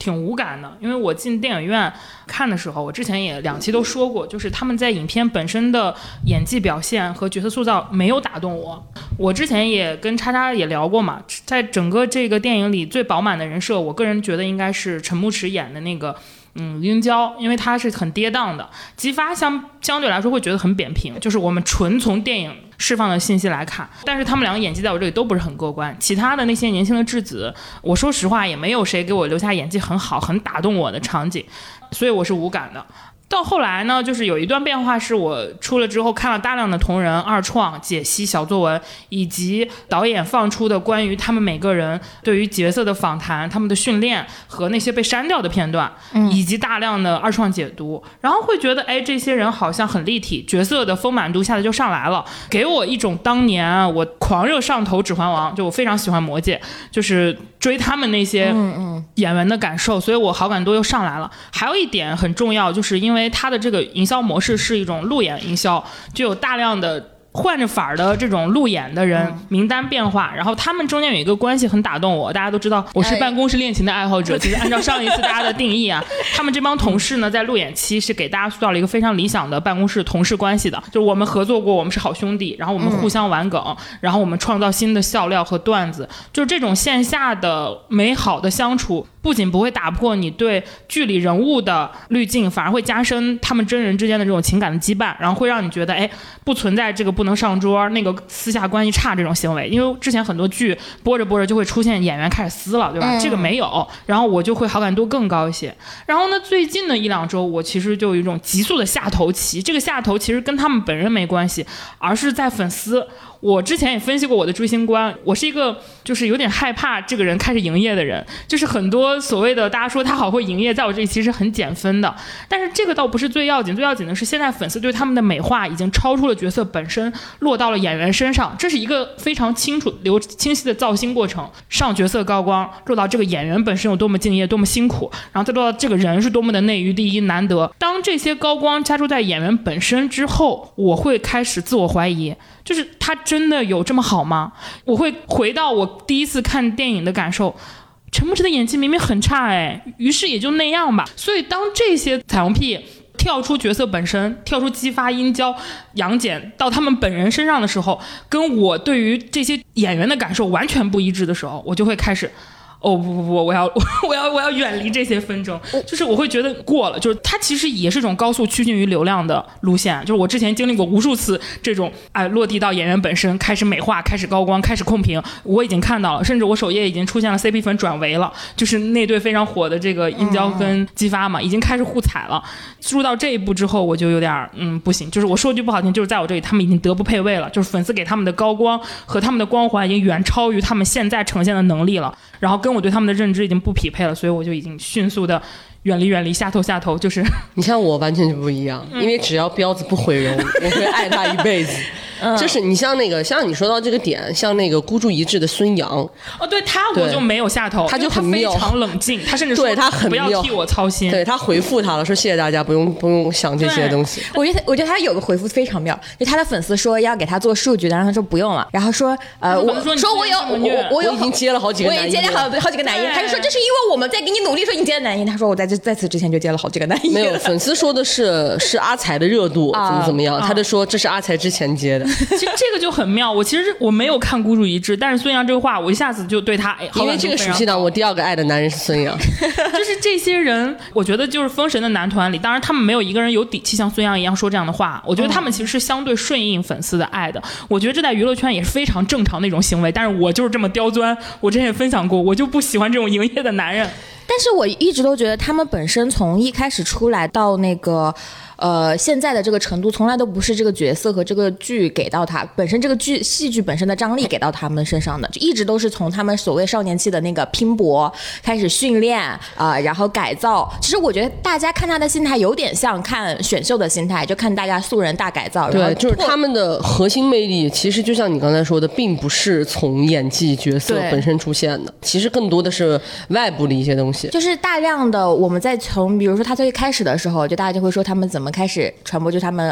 挺无感的，因为我进电影院看的时候，我之前也两期都说过，就是他们在影片本身的演技表现和角色塑造没有打动我。我之前也跟叉叉也聊过嘛，在整个这个电影里最饱满的人设，我个人觉得应该是陈牧驰演的那个嗯，殷郊，因为他是很跌宕的。姬发相相对来说会觉得很扁平，就是我们纯从电影释放的信息来看，但是他们两个演技在我这里都不是很过关。其他的那些年轻的质子，我说实话也没有谁给我留下演技很好、很打动我的场景，所以我是无感的。到后来呢，就是有一段变化，是我出了之后看了大量的同人二创解析小作文，以及导演放出的关于他们每个人对于角色的访谈、他们的训练和那些被删掉的片段，嗯、以及大量的二创解读，然后会觉得哎，这些人好像很立体，角色的丰满度一下子就上来了，给我一种当年我狂热上头指环王，就我非常喜欢魔戒，就是追他们那些演员的感受，所以我好感度又上来了。还有一点很重要，就是因为它的这个营销模式是一种路演营销，就有大量的换着法儿的这种路演的人、嗯、名单变化，然后他们中间有一个关系很打动我。大家都知道我是办公室恋情的爱好者，其实按照上一次大家的定义啊，他们这帮同事呢在路演期是给大家塑造了一个非常理想的办公室同事关系的，就是我们合作过，我们是好兄弟，然后我们互相玩梗、嗯、然后我们创造新的笑料和段子，就是这种线下的美好的相处，不仅不会打破你对剧里人物的滤镜，反而会加深他们真人之间的这种情感的羁绊，然后会让你觉得哎，不存在这个不能上桌，那个私下关系差这种行为。因为之前很多剧播着播着就会出现演员开始撕了，对吧、嗯、这个没有，然后我就会好感度更高一些。然后呢，最近的一两周我其实就有一种急速的下头期，这个下头其实跟他们本人没关系，而是在粉丝。我之前也分析过我的追星观，我是一个就是有点害怕这个人开始营业的人，就是很多所谓的大家说他好会营业，在我这里其实很减分的。但是这个倒不是最要紧，最要紧的是现在粉丝对他们的美化已经超出了角色本身，落到了演员身上，这是一个非常清楚流清晰的造星过程，上角色高光，落到这个演员本身有多么敬业多么辛苦，然后再落到这个人是多么的内娱第一难得。当这些高光加注在演员本身之后，我会开始自我怀疑，就是他真的有这么好吗？我会回到我第一次看电影的感受，陈牧驰的演技明明很差哎，于是也就那样吧。所以当这些彩虹屁跳出角色本身，跳出姬发、殷郊、杨戬到他们本人身上的时候，跟我对于这些演员的感受完全不一致的时候，我就会开始哦不不不，我要我要我要远离这些纷争，就是我会觉得过了，就是它其实也是一种高速趋近于流量的路线，就是我之前经历过无数次这种哎落地到演员本身，开始美化，开始高光，开始控评，我已经看到了，甚至我首页已经出现了 C P 粉转为了，就是那对非常火的这个殷郊跟姬发嘛，已经开始互踩了。入到这一步之后，我就有点嗯不行，就是我说句不好听，就是在我这里他们已经德不配位了，就是粉丝给他们的高光和他们的光环已经远超于他们现在呈现的能力了，然后跟我对他们的认知已经不匹配了，所以我就已经迅速的远离远离下头下头。就是你像我完全就不一样、嗯、因为只要彪子不毁容我会爱他一辈子就是你像那个像你说到这个点，像那个孤注一掷的孙杨哦，对他我就没有下头， 他就很妙， 他非常冷静，他甚至说对他很妙， 不要替我操心， 对他回复他了，说谢谢大家，不用不用想这些东西。 我觉得我觉得他有个回复非常妙，就他的粉丝说要给他做数据，然后他说不用了，然后说呃我说说我有我我有已经接了好几个男音， 我也接了好好几个男音，他就说这是因为我们在给你努力说你接了男音，他说我在这在此之前就接了好几个男音。 没有，粉丝说的是是阿才的热度怎么怎么样、啊、他就说这是阿才之前接的。 其实这个就很妙，我其实我没有看孤注一掷，但是孙杨这个话我一下子就对他哎， 因为这个暑期档我第二个爱的男人是孙杨。 就是这些人我觉得就是封神的男团里，当然他们没有一个人有底气像孙杨一样说这样的话，我觉得他们其实是相对顺应粉丝的爱的、嗯、我觉得这在娱乐圈也是非常正常的一种行为，但是我就是这么刁钻，我之前也分享过，我就不喜欢这种营业的男人。 但是我一直都觉得他们本身从一开始出来到那个呃现在的这个程度，从来都不是这个角色和这个剧给到他本身，这个剧戏剧本身的张力给到他们身上的，就一直都是从他们所谓少年期的那个拼搏开始训练啊、呃，然后改造。其实我觉得大家看他的心态有点像看选秀的心态，就看大家素人大改造。 对，就是他们的核心魅力其实就像你刚才说的，并不是从演技角色本身出现的，其实更多的是外部的一些东西。 就是大量的我们在从比如说他最开始的时候，就大家就会说他们怎么开始传播，就他们啊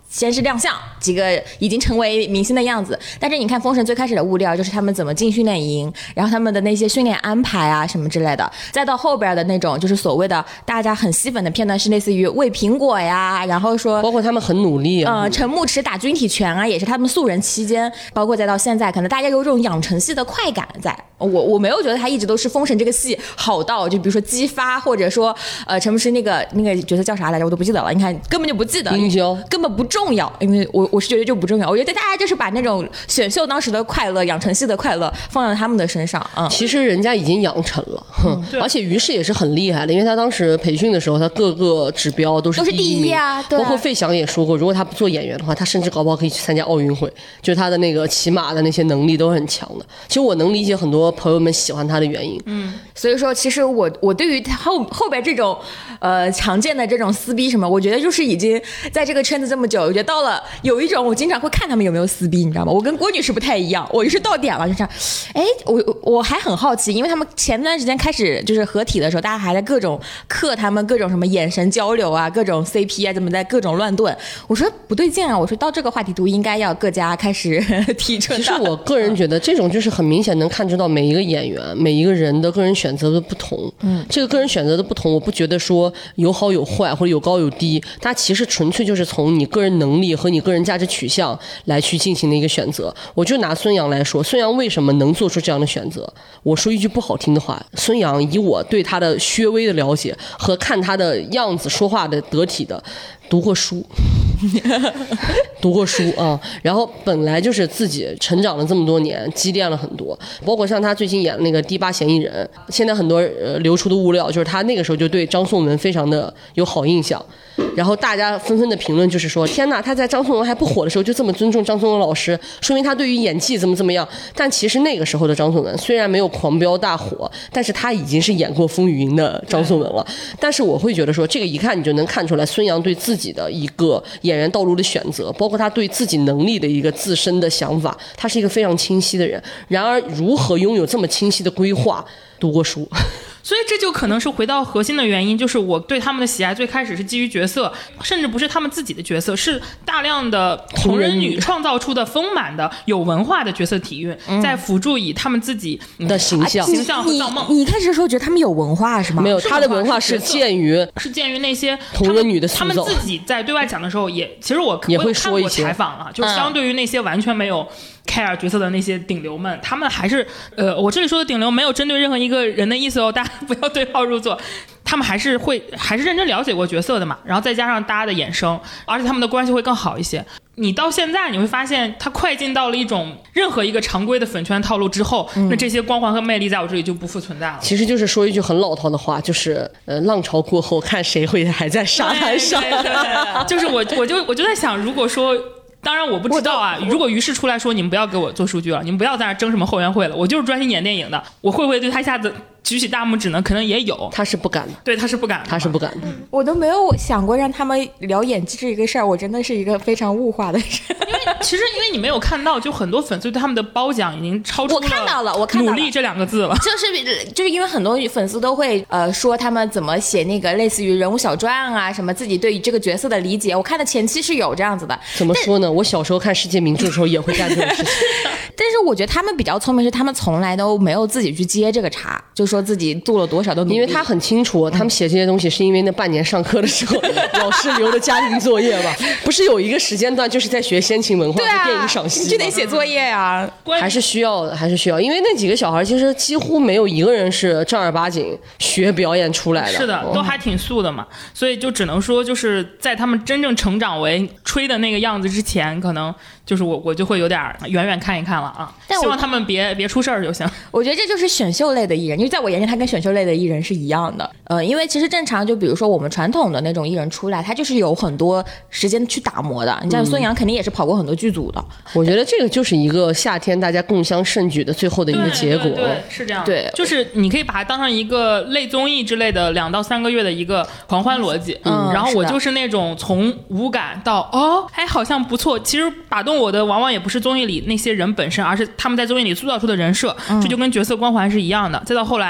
先是亮相，几个已经成为明星的样子。但是你看《封神》最开始的物料，就是他们怎么进训练营，然后他们的那些训练安排啊什么之类的。再到后边的那种，就是所谓的大家很吸粉的片段，是类似于喂苹果呀，然后说包括他们很努力啊， 呃，陈牧驰打军体拳啊，也是他们素人期间，包括再到现在，可能大家有这种养成系的快感在。我我没有觉得他一直都是《封神》这个戏好到，就比如说激发，或者说呃，陈牧驰那个那个角色叫啥来着，我都不记得了。你看根本就不记得， 殷郊根本不重要，因为我我是觉得就不重要。我觉得大家就是把那种选秀当时的快乐、养成系的快乐放在他们的身上啊、嗯。 其实人家已经养成了，哼、嗯，而且于适也是很厉害的，因为他当时培训的时候，他各个指标都是第一名， 都是第一啊。对啊， 包括费翔也说过，如果他不做演员的话，他甚至搞不好可以去参加奥运会，就是他的那个骑马的那些能力都很强的。其实我能理解很多朋友们喜欢他的原因， 嗯，所以说其实我我对于他后后边这种呃常见的这种撕逼什么，我觉得就是已经在这个圈子这么久，我觉得到了有一种我经常会看他们有没有撕逼，你知道吗？我跟郭女士不太一样，我就是到点了就这样。哎，我我还很好奇，因为他们前段时间开始就是合体的时候，大家还在各种刻他们各种什么眼神交流啊，各种 C P 啊，怎么在各种乱炖。我说不对劲啊，我说到这个话题度应该要各家开始提出。 其实我个人觉得这种就是很明显能看出到每一个演员每一个人的个人选择的不同。嗯，这个个人选择的不同，我不觉得说有好有坏或者有高有低，它其实纯粹就是从你个人能力和你个人价值取向来去进行的一个选择。我就拿孙杨来说，孙杨为什么能做出这样的选择？我说一句不好听的话，孙杨以我对他的略微的了解和看他的样子说话的得体的，读过书读过书啊、嗯，然后本来就是自己成长了这么多年，积淀了很多，包括像他最近演的那个《第八嫌疑人》，现在很多呃流出的物料就是他那个时候就对张颂文非常的有好印象，然后大家纷纷的评论就是说，天哪，他在张颂文还不火的时候就这么尊重张颂文老师，说明他对于演技怎么怎么样。但其实那个时候的张颂文虽然没有狂飙大火，但是他已经是演过《风雨云》的张颂文了。但是我会觉得说，这个一看你就能看出来孙杨对自己的一个演员道路的选择，包括他对自己能力的一个自身的想法，他是一个非常清晰的人。然而如何拥有这么清晰的规划，读过书。 所以这就可能是回到核心的原因，就是我对他们的喜爱最开始是基于角色，甚至不是他们自己的角色，是大量的同人女创造出的丰满的有文化的角色体验，嗯、在辅助以他们自己的形象、 形象和造梦。 你一开始的时候觉得他们有文化是吗？ 没有，他的文化是鉴于是鉴于那些同人女的塑造。 他们自己在对外讲的时候也，其实我也会说一些采访了，就是相对于那些完全没有care 角色的那些顶流们，他们还是呃，我这里说的顶流没有针对任何一个人的意思哦，大家不要对号入座。他们还是会还是认真了解过角色的嘛，然后再加上大家的衍生，而且他们的关系会更好一些。你到现在你会发现，他快进到了一种任何一个常规的粉圈套路之后，嗯、那这些光环和魅力在我这里就不复存在了。 其实就是说一句很老套的话，就是呃，浪潮过后，看谁会还在沙滩上。 对对对就是我我就我就在想，如果说。当然我不知道啊，如果于是出来说你们不要给我做数据了，你们不要在那争什么后援会了，我就是专心演电影的，我会不会对他一下子举起大拇指呢？可能也有。 他是不敢的。 对，他是不敢的。 他是不敢的。 我都没有想过让他们聊演技这个事儿，我真的是一个非常物化的人。 因为其实因为你没有看到，就很多粉丝对他们的褒奖已经超出了我看到了，我看到了努力这两个字了。 就是就是因为很多粉丝都会呃说他们怎么写那个类似于人物小传啊，什么自己对于这个角色的理解，我看的前期是有这样子的。 怎么说呢？我小时候看世界名著的时候也会干这种事情。 但是我觉得他们比较聪明，是他们从来都没有自己去接这个茬，就说自己做了多少都努力。 因为他很清楚，他们写这些东西是因为那半年上课的时候老师留的家庭作业吧？不是有一个时间段就是在学先秦文化、 啊、 电影赏析， 就得写作业呀、 啊，还是需要的，还是需要。因为那几个小孩其实几乎没有一个人是正儿八经学表演出来的， 是的，都还挺素的嘛。所以就只能说，就是在他们真正成长为吹的那个样子之前，可能就是我我就会有点远远看一看了啊。希望他们别别出事儿就行。 我觉得这就是选秀类的艺人，因为在我眼里，他跟选秀类的艺人是一样的。呃，因为其实正常，就比如说我们传统的那种艺人出来，他就是有很多时间去打磨的。你像孙杨，肯定也是跑过很多剧组的。 我觉得这个就是一个夏天大家共襄盛举的最后的一个结果。 对对对，是这样。 对， 就是你可以把它当成一个类综艺之类的两到三个月的一个狂欢逻辑。嗯，然后我就是那种从无感到哦，哎，好像不错。其实打动我的往往也不是综艺里那些人本身，而是他们在综艺里塑造出的人设。嗯、这就跟角色光环是一样的。再到后来。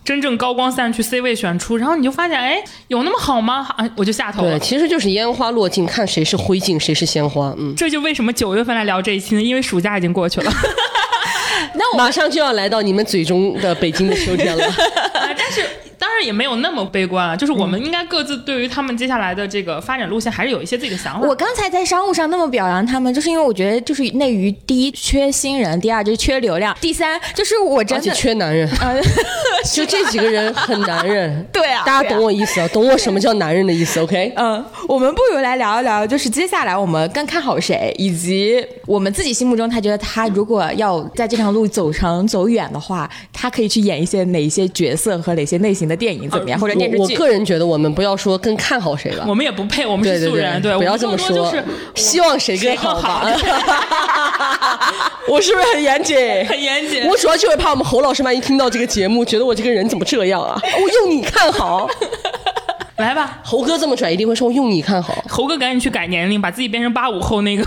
真正高光散去 C 位选出，然后你就发现哎有那么好吗？啊，我就下头了。 对，其实就是烟花落尽，看谁是灰烬，谁是鲜花。嗯， 这就为什么九月份来聊这一期呢？因为暑假已经过去了。 那我马上就要来到你们嘴中的北京的秋天了。 啊，但是当然也没有那么悲观啊，就是我们应该各自对于他们接下来的这个发展路线还是有一些自己的想法。 我刚才在商务上那么表扬他们，就是因为我觉得就是内娱第一缺新人，第二就是缺流量，第三就是我真的而且缺男人。 呃、 就这几个人很男人。 对啊， 大家懂我意思啊，懂我什么叫男人的意思 ？OK？ 嗯，我们不如来聊一聊，就是接下来我们更看好谁，以及我们自己心目中他觉得他如果要在这条路走长走远的话，他可以去演一些哪一些角色和哪些类型的电影怎么样，呃、或者电视剧。 我, 我个人觉得我们不要说更看好谁了， 我们也不配，我们是素人， 对, 对, 对, 对，不要这么说， 就是希望谁更好吧。我是不是很严谨？ 很严谨。 我主要就会怕我们侯老师万一听到这个节目，觉得我这个人怎么这样啊？我用你看好。 来吧， 侯哥这么拽，一定会说用你看好。 侯哥赶紧去改年龄，把自己变成八五后那个。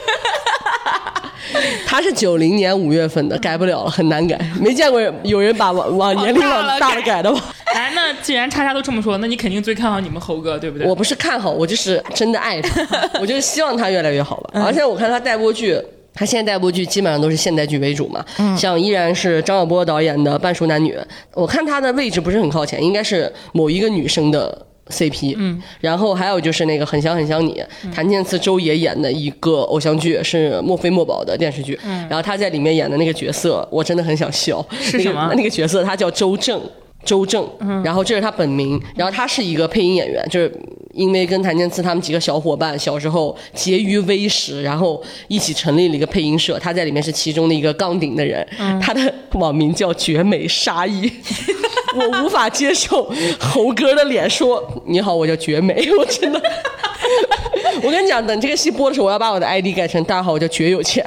他是九零年五月份的，改不了了，很难改。没见过有人把往往年龄往大了改的吧？ 来，那既然叉叉都这么说，那你肯定最看好你们侯哥，对不对？ 我不是看好，我就是真的爱他，我就是希望他越来越好吧。嗯、而且我看他带播剧。他现在带播剧基本上都是现代剧为主嘛，嗯、像依然是张晓波导演的《半熟男女》，我看他的位置不是很靠前，应该是某一个女生的 C P，嗯，然后还有就是那个很香很香你，嗯、谭健次周也演的一个偶像剧，是墨菲墨宝的电视剧，嗯，然后他在里面演的那个角色，我真的很想笑， 是什么？ 那个、那个角色他叫周正。周正，然后这是他本名，然后他是一个配音演员，就是因为跟谭健次他们几个小伙伴小时候结于微时，然后一起成立了一个配音社，他在里面是其中的一个杠顶的人，嗯、他的网名叫绝美沙溢。我无法接受猴哥的脸说你好，我叫绝美，我真的，我跟你讲，等这个戏播的时候，我要把我的 I D 改成大家好，我叫绝有钱。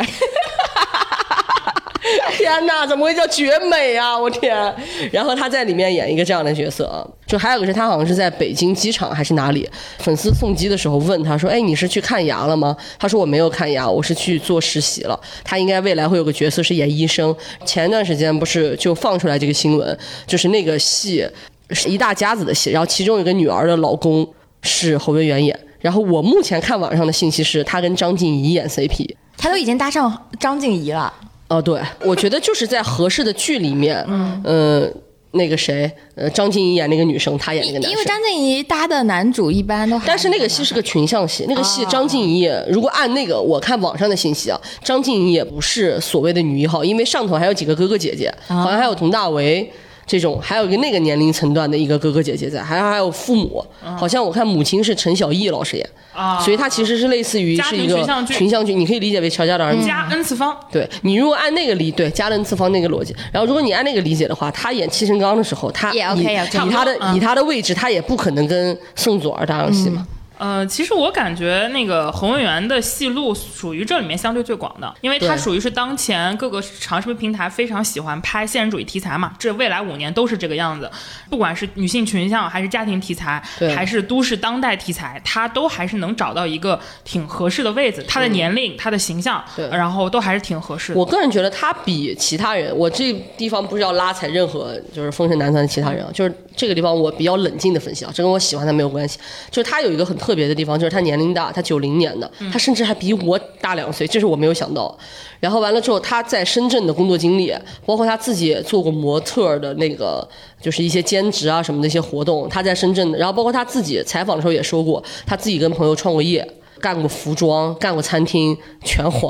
天哪，怎么会叫绝美啊！我天！然后他在里面演一个这样的角色啊，就还有个是他好像是在北京机场还是哪里，粉丝送机的时候问他说：“哎，你是去看牙了吗？”他说：“我没有看牙，我是去做实习了。”他应该未来会有个角色是演医生。前一段时间不是就放出来这个新闻，就是那个戏是一大家子的戏，然后其中有个女儿的老公是侯文媛演。然后我目前看网上的信息是他跟张婧仪演 C P， 他都已经搭上张婧仪了。 哦，对，我觉得就是在合适的剧里面，嗯，呃，那个谁，呃，张婧仪演那个女生，她演那个男生。 因为张婧仪搭的男主一般都还， 但是那个戏是个群像戏，那个戏张婧仪，哦、如果按那个我看网上的信息啊，张婧仪也不是所谓的女一号，因为上头还有几个哥哥姐姐，哦、好像还有佟大为。这种还有一个那个年龄层段的一个哥哥姐姐在，还还有父母，嗯、好像我看母亲是陈小艺老师演，啊、所以它其实是类似于是一个群像剧，你可以理解为乔家的儿女加恩赐方。 对，你如果按那个理对加恩赐方那个逻辑，然后如果你按那个理解的话，他演戚晨刚的时候，他也 OK 以, okay, 以他的、 嗯、 以他的位置，他也不可能跟宋祖儿搭上戏嘛。嗯呃，其实我感觉那个侯文媛的戏路属于这里面相对最广的，因为它属于是当前各个长视频平台非常喜欢拍现实主义题材嘛，这未来五年都是这个样子，不管是女性群像还是家庭题材还是都市当代题材，它都还是能找到一个挺合适的位置，它的年龄它的形象然后都还是挺合适的。 我个人觉得他比其他人，我这地方不是要拉踩任何就是风神男团的其他人啊，就是这个地方我比较冷静的分析啊，这跟我喜欢他没有关系，就是他有一个很特别的地方，就是他年龄大，他九零年的，他甚至还比我大两岁，这是我没有想到。然后完了之后，他在深圳的工作经历，包括他自己也做过模特的那个，就是一些兼职啊什么的一些活动，他在深圳的。然后包括他自己采访的时候也说过，他自己跟朋友创过业，干过服装，干过餐厅，全黄。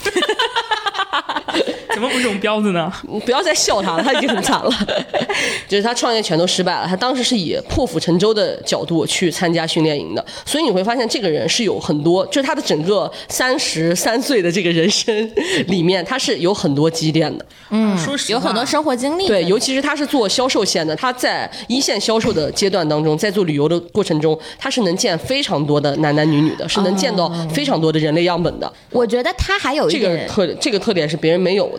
怎么不是这种彪子呢？ 不要再笑他了，他已经很惨了。就是他创业全都失败了，他当时是以破釜沉舟的角度去参加训练营的，所以你会发现这个人是有很多，就是他的整个三十三岁的这个人生里面，他是有很多积淀的。 嗯，说实话有很多生活经历。 对，尤其是他是做销售线的，他在一线销售的阶段当中，在做旅游的过程中，他是能见非常多的男男女女的，是能见到非常多的人类样本的。 我觉得他还有一点这个特这个特点是别人没有的。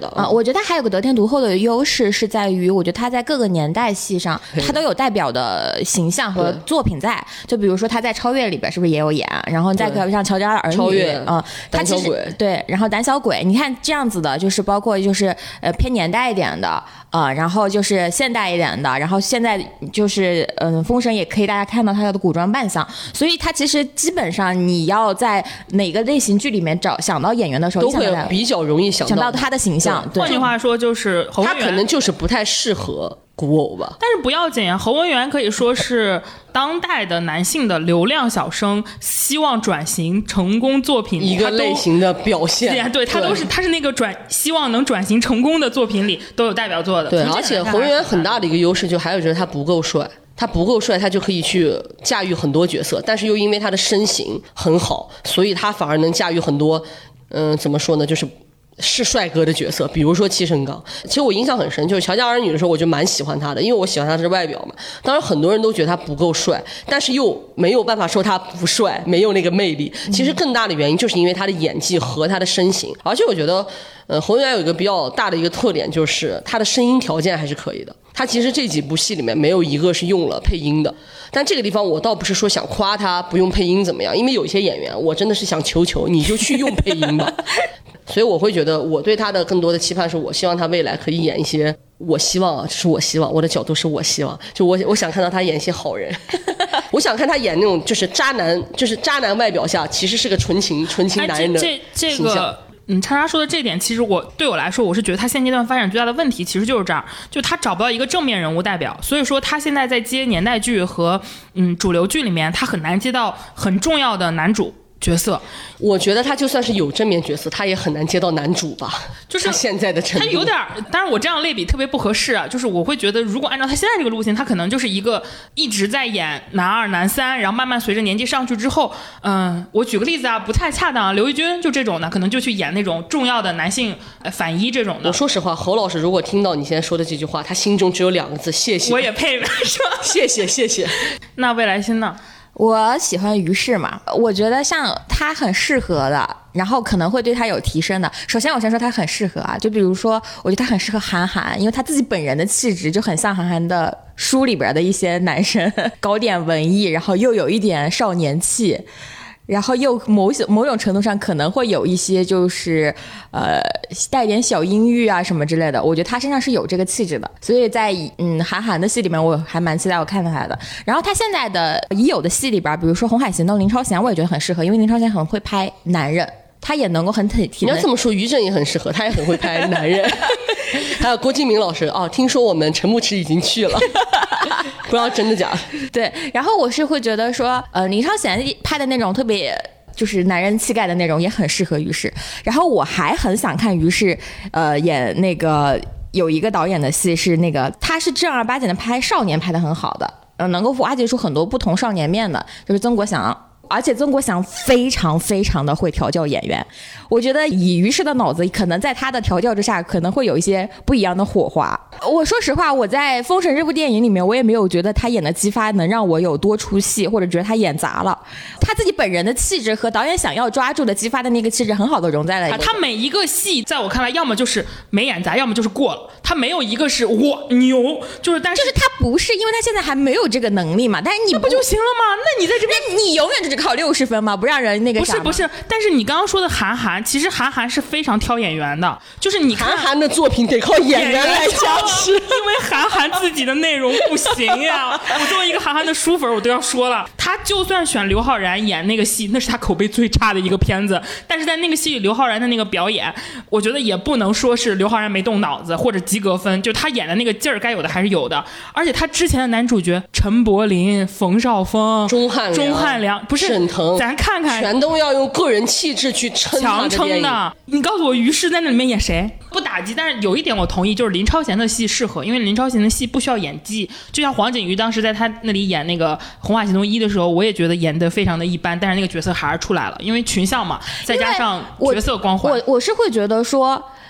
的啊、呃。我觉得他还有个得天独厚的优势是在于，我觉得他在各个年代戏上，他都有代表的形象和作品在。就比如说他在《超越》里边是不是也有演？然后再像《乔家的儿女》啊、呃，他其实对，然后《胆小鬼》，你看这样子的，就是包括就是呃偏年代一点的啊、呃，然后就是现代一点的，然后现在就是嗯、呃，封神也可以大家看到他的古装扮相，所以他其实基本上你要在哪个类型剧里面找想到演员的时候， 都会比较容易想到想到他的形象。对， 换句话说就是他可能就是不太适合古偶吧。 但是不要紧啊，侯文元可以说是当代的男性的流量小生希望转型成功作品一个类型的表现。 对，他都是他是那个转希望能转型成功的作品里都有代表作的。 对，而且侯文元很大的一个优势就还有就是他不够帅。他不够帅，他就可以去驾驭很多角色，但是又因为他的身形很好，所以他反而能驾驭很多，嗯、呃，怎么说呢，就是是帅哥的角色，比如说戚胜刚。其实我印象很深，就是《乔家儿女》的时候，我就蛮喜欢他的，因为我喜欢他的外表嘛。当然，很多人都觉得他不够帅，但是又没有办法说他不帅，没有那个魅力。其实更大的原因就是因为他的演技和他的身形，而且我觉得。呃，侯文元有一个比较大的一个特点，就是他的声音条件还是可以的。他其实这几部戏里面没有一个是用了配音的，但这个地方我倒不是说想夸他不用配音怎么样，因为有一些演员我真的是想求求你就去用配音吧。所以我会觉得我对他的更多的期盼是我希望他未来可以演一些，我希望啊，这是我希望，我的角度是我希望，就我我想看到他演一些好人。我想看他演那种就是渣男，就是渣男外表下其实是个纯情纯情男人的形象。 哎、这这这个。嗯，叉叉说的这点，其实我对我来说，我是觉得他现阶段发展最大的问题，其实就是这儿，就他找不到一个正面人物代表，所以说他现在在接年代剧和嗯主流剧里面，他很难接到很重要的男主角色。 我觉得他就算是有正面角色，他也很难接到男主吧， 就是他现在的程度。 他有点，当然我这样类比特别不合适啊，就是我会觉得，如果按照他现在这个路线，他可能就是一个一直在演男二、男三，然后慢慢随着年纪上去之后，嗯，我举个例子啊，不太恰当，刘奕君就这种的，可能就去演那种重要的男性反一这种的。 我说实话，侯老师如果听到你现在说的这句话，他心中只有两个字：谢谢。 我也配是吧？ 谢谢谢谢。 那未来星呢？ 我喜欢于适嘛，我觉得像他很适合的，然后可能会对他有提升的。首先我先说他很适合啊，就比如说我觉得他很适合韩寒，因为他自己本人的气质就很像韩寒的书里边的一些男生，搞点文艺，然后又有一点少年气，然后又某某种程度上可能会有一些就是呃带点小阴郁啊什么之类的，我觉得他身上是有这个气质的，所以在嗯韩寒的戏里面我还蛮期待我看到他的。然后他现在的已有的戏里边，比如说《红海行动》林超贤，我也觉得很适合，因为林超贤很会拍男人，他也能够很体体。 你要这么说，于正也很适合，他也很会拍男人。还有郭敬明老师哦，听说我们陈牧驰已经去了，不知道真的假的。 对，然后我是会觉得说，呃，林超贤拍的那种特别就是男人气概的那种，也很适合于适。然后我还很想看于适，呃，演那个有一个导演的戏是那个，他是正儿八经的拍少年，拍的很好的，呃，能够挖掘出很多不同少年面的，就是曾国祥。而且曾国祥非常非常的会调教演员，我觉得以于适的脑子可能在他的调教之下可能会有一些不一样的火花。我说实话，我在《封神》这部电影里面我也没有觉得他演的姬发能让我有多出戏，或者觉得他演砸了，他自己本人的气质和导演想要抓住的姬发的那个气质很好的融在了一起、啊、 他每一个戏在我看来要么就是没演砸，要么就是过了，他没有一个是我牛，就是但是就是他不是，因为他现在还没有这个能力嘛，但是你那不就行了吗？那你在这边你永远就是靠六十分吗？不让人那个不是不是，但是你刚刚说的韩寒，其实韩寒是非常挑演员的，就是你看韩寒的作品得靠演员来加持，因为韩寒自己的内容不行呀。我作为一个韩寒的书粉，我都要说了，他就算选刘昊然演那个戏，那是他口碑最差的一个片子，但是在那个戏里刘昊然的那个表演，我觉得也不能说是刘昊然没动脑子或者及格分，就他演的那个劲儿该有的还是有的。而且他之前的男主角陈柏霖、冯绍峰、 钟汉良、 钟汉良不是沈腾， 咱看看全都要用个人气质去撑强撑的。你告诉我于适在那里面演谁？不打击，但是有一点我同意，就是林超贤的戏适合，因为林超贤的戏不需要演技，就像黄景瑜当时在他那里演那个《红海行动一》的时候，我也觉得演得非常的一般，但是那个角色还是出来了，因为群像嘛，再加上角色光环。 我 我, 我是会觉得说。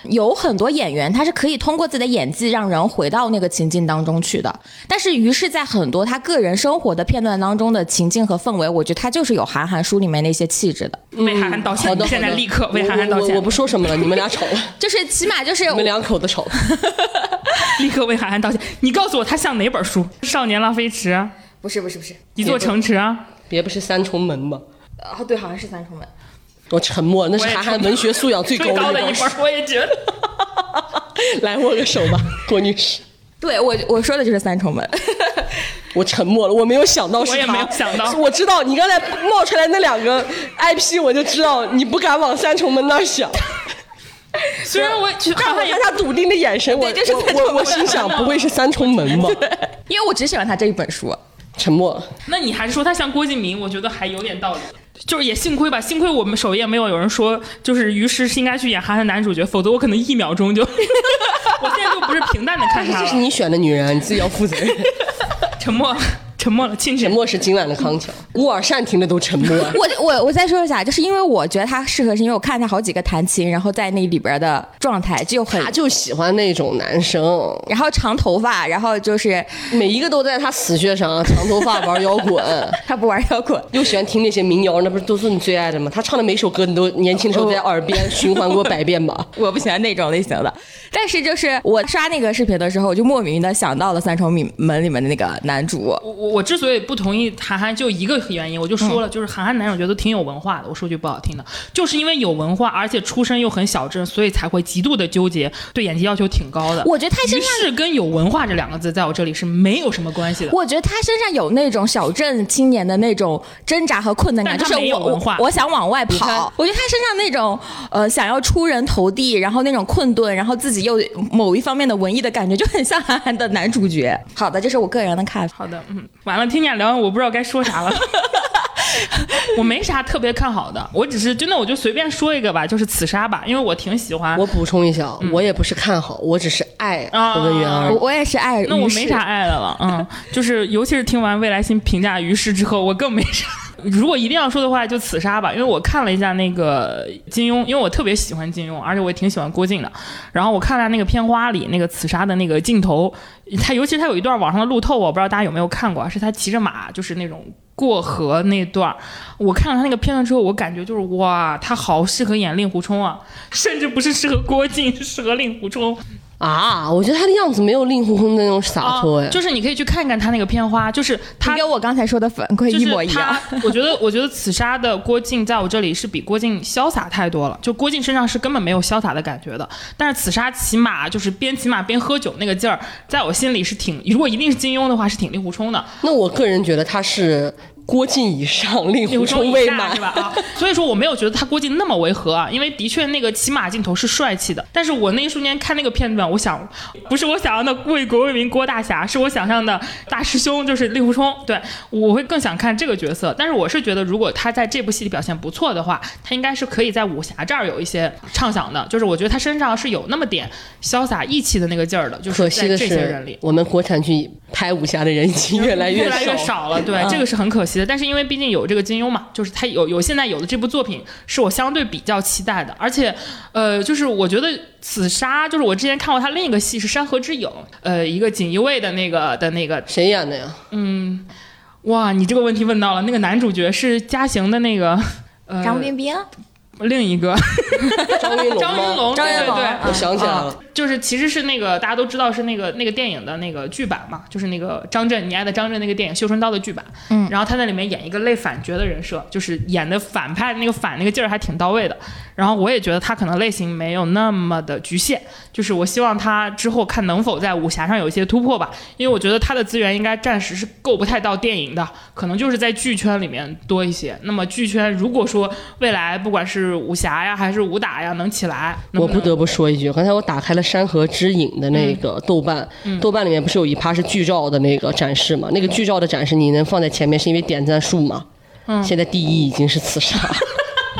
有很多演员他是可以通过自己的演技让人回到那个情境当中去的，但是于是在很多他个人生活的片段当中的情境和氛围，我觉得他就是有韩寒书里面那些气质的。 为韩寒道歉， 嗯、 现在立刻为韩寒道歉。 我, 我, 我不说什么了，你们俩吵了， 就是起码就是你们两口子吵， 立刻为韩寒道歉。你告诉我他像哪本书？少年浪飞池？ 不是不是不是， 一座城池啊？ 别不是三重门吧？ 哦，对，好像是三重门。 我沉默，那是韩寒文学素养最高的一本，我也觉得。 来握个手吧，郭女士。 对，我我说的就是三重门。 我沉默了，我没有想到是他， 我也没有想到。 我知道你刚才冒出来那两个 I P， 我就知道你不敢往三重门那儿想。 虽然我看看他笃定的眼神，我我我我心想，不会是三重门吧？ 因为我只喜欢他这一本书。 沉默。 那你还是说他像郭敬明，我觉得还有点道理。就是也幸亏吧，幸亏我们首页没有有人说，就是于是是应该去演韩寒男主角，否则我可能一秒钟就，我现在就不是平淡的看他了。 这是你选的女人，你自己要负责任。 沉默。沉默了，清沉默是今晚的康桥。乌尔善听的都沉默。 我我我再说一下，就是因为我觉得他适合，是因为我看他好几个弹琴，然后在那里边的状态就很， 他就喜欢那种男生， 然后长头发，然后就是每一个都在他死穴上，长头发玩摇滚。 他不玩摇滚， 又喜欢听那些民谣，那不是都是你最爱的吗？他唱的每首歌你都年轻的时候在耳边循环过百遍吧？ 我不喜欢那种类型的，但是就是我刷那个视频的时候，我就莫名的想到了《三重门》里面的那个男主。 我我我之所以不同意韩寒，就一个原因，我就说了，嗯、就是韩寒男主角都挺有文化的。我说句不好听的，就是因为有文化，而且出身又很小镇，所以才会极度的纠结，对演技要求挺高的。 我觉得他身上于是跟有文化这两个字在我这里是没有什么关系的。 我觉得他身上有那种小镇青年的那种挣扎和困难感，就是我我我想往外跑。我觉得他身上那种呃想要出人头地，然后那种困顿，然后自己又某一方面的文艺的感觉，就很像韩寒的男主角。好的，这是我个人的看法。 好的，嗯，完了，听你俩聊，我不知道该说啥了。我没啥特别看好的，我只是真的我就随便说一个吧，就是刺杀吧，因为我挺喜欢。 我补充一下，嗯、我也不是看好，我只是爱何文元而已。 我也是爱， 那我没啥爱的了，嗯，就是尤其是听完未来星评价于适之后，我更没啥。如果一定要说的话，就刺杀吧，因为我看了一下那个金庸，因为我特别喜欢金庸，而且我也挺喜欢郭靖的。然后我看了那个片花里那个刺杀的那个镜头，他尤其是他有一段网上的路透，我不知道大家有没有看过，是他骑着马，就是那种过河那段。我看了他那个片段之后，我感觉就是哇，他好适合演令狐冲啊，甚至不是适合郭靖，是适合令狐冲。 啊，我觉得他的样子没有令狐冲那种洒脱哎、 啊，就是你可以去看看他那个片花，就是他跟我刚才说的反馈一模一样。 我觉得，我觉得刺杀的郭靖在我这里是比郭靖潇洒太多了，就郭靖身上是根本没有潇洒的感觉的，但是刺杀骑马就是边骑马边喝酒那个劲儿，在我心里是挺，如果一定是金庸的话，是挺令狐冲的。 那我个人觉得他是郭靖以上，令狐冲未满， 是吧？啊，所以说我没有觉得他郭靖那么违和啊，因为的确那个骑马镜头是帅气的，但是我那一瞬间看那个片段，我想不是我想象的为国为民郭大侠，是我想象的大师兄，就是令狐冲。对，我会更想看这个角色，但是我是觉得如果他在这部戏里表现不错的话，他应该是可以在武侠这儿有一些畅想的，就是我觉得他身上是有那么点潇洒义气的那个劲儿的，就是在这些人里， 可惜的是我们国产剧拍武侠的人已经越来越少， 越来越少了。对，嗯、这个是很可惜的。但是因为毕竟有这个金庸嘛，就是他有有现在有的这部作品是我相对比较期待的，而且呃，就是我觉得刺杀，就是我之前看过他另一个戏是《山河之影》，呃，一个锦衣卫的那个的那个谁演的呀？ 嗯，哇，你这个问题问到了，那个男主角是嘉行的那个呃张彬彬。 另一个张云龙， 张云龙， 张云龙， 对对， 我想起来了、 啊，就是其实是那个大家都知道是那个那个电影的那个剧版嘛，就是那个张震，你爱的张震那个电影《绣春刀》的剧版，嗯，然后他在里面演一个类反角的人设，就是演的反派那个反那个劲儿还挺到位的，然后我也觉得他可能类型没有那么的局限，就是我希望他之后看能否在武侠上有一些突破吧，因为我觉得他的资源应该暂时是够不太到电影的，可能就是在剧圈里面多一些。那么剧圈如果说未来不管是武侠呀还是武打呀能起来，能不能我不得不说一句，刚才我打开了《山河之影》的那个豆瓣、嗯、豆瓣里面不是有一趴是剧照的那个展示吗？那个剧照的展示你能放在前面是因为点赞数吗？嗯，现在第一已经是刺杀。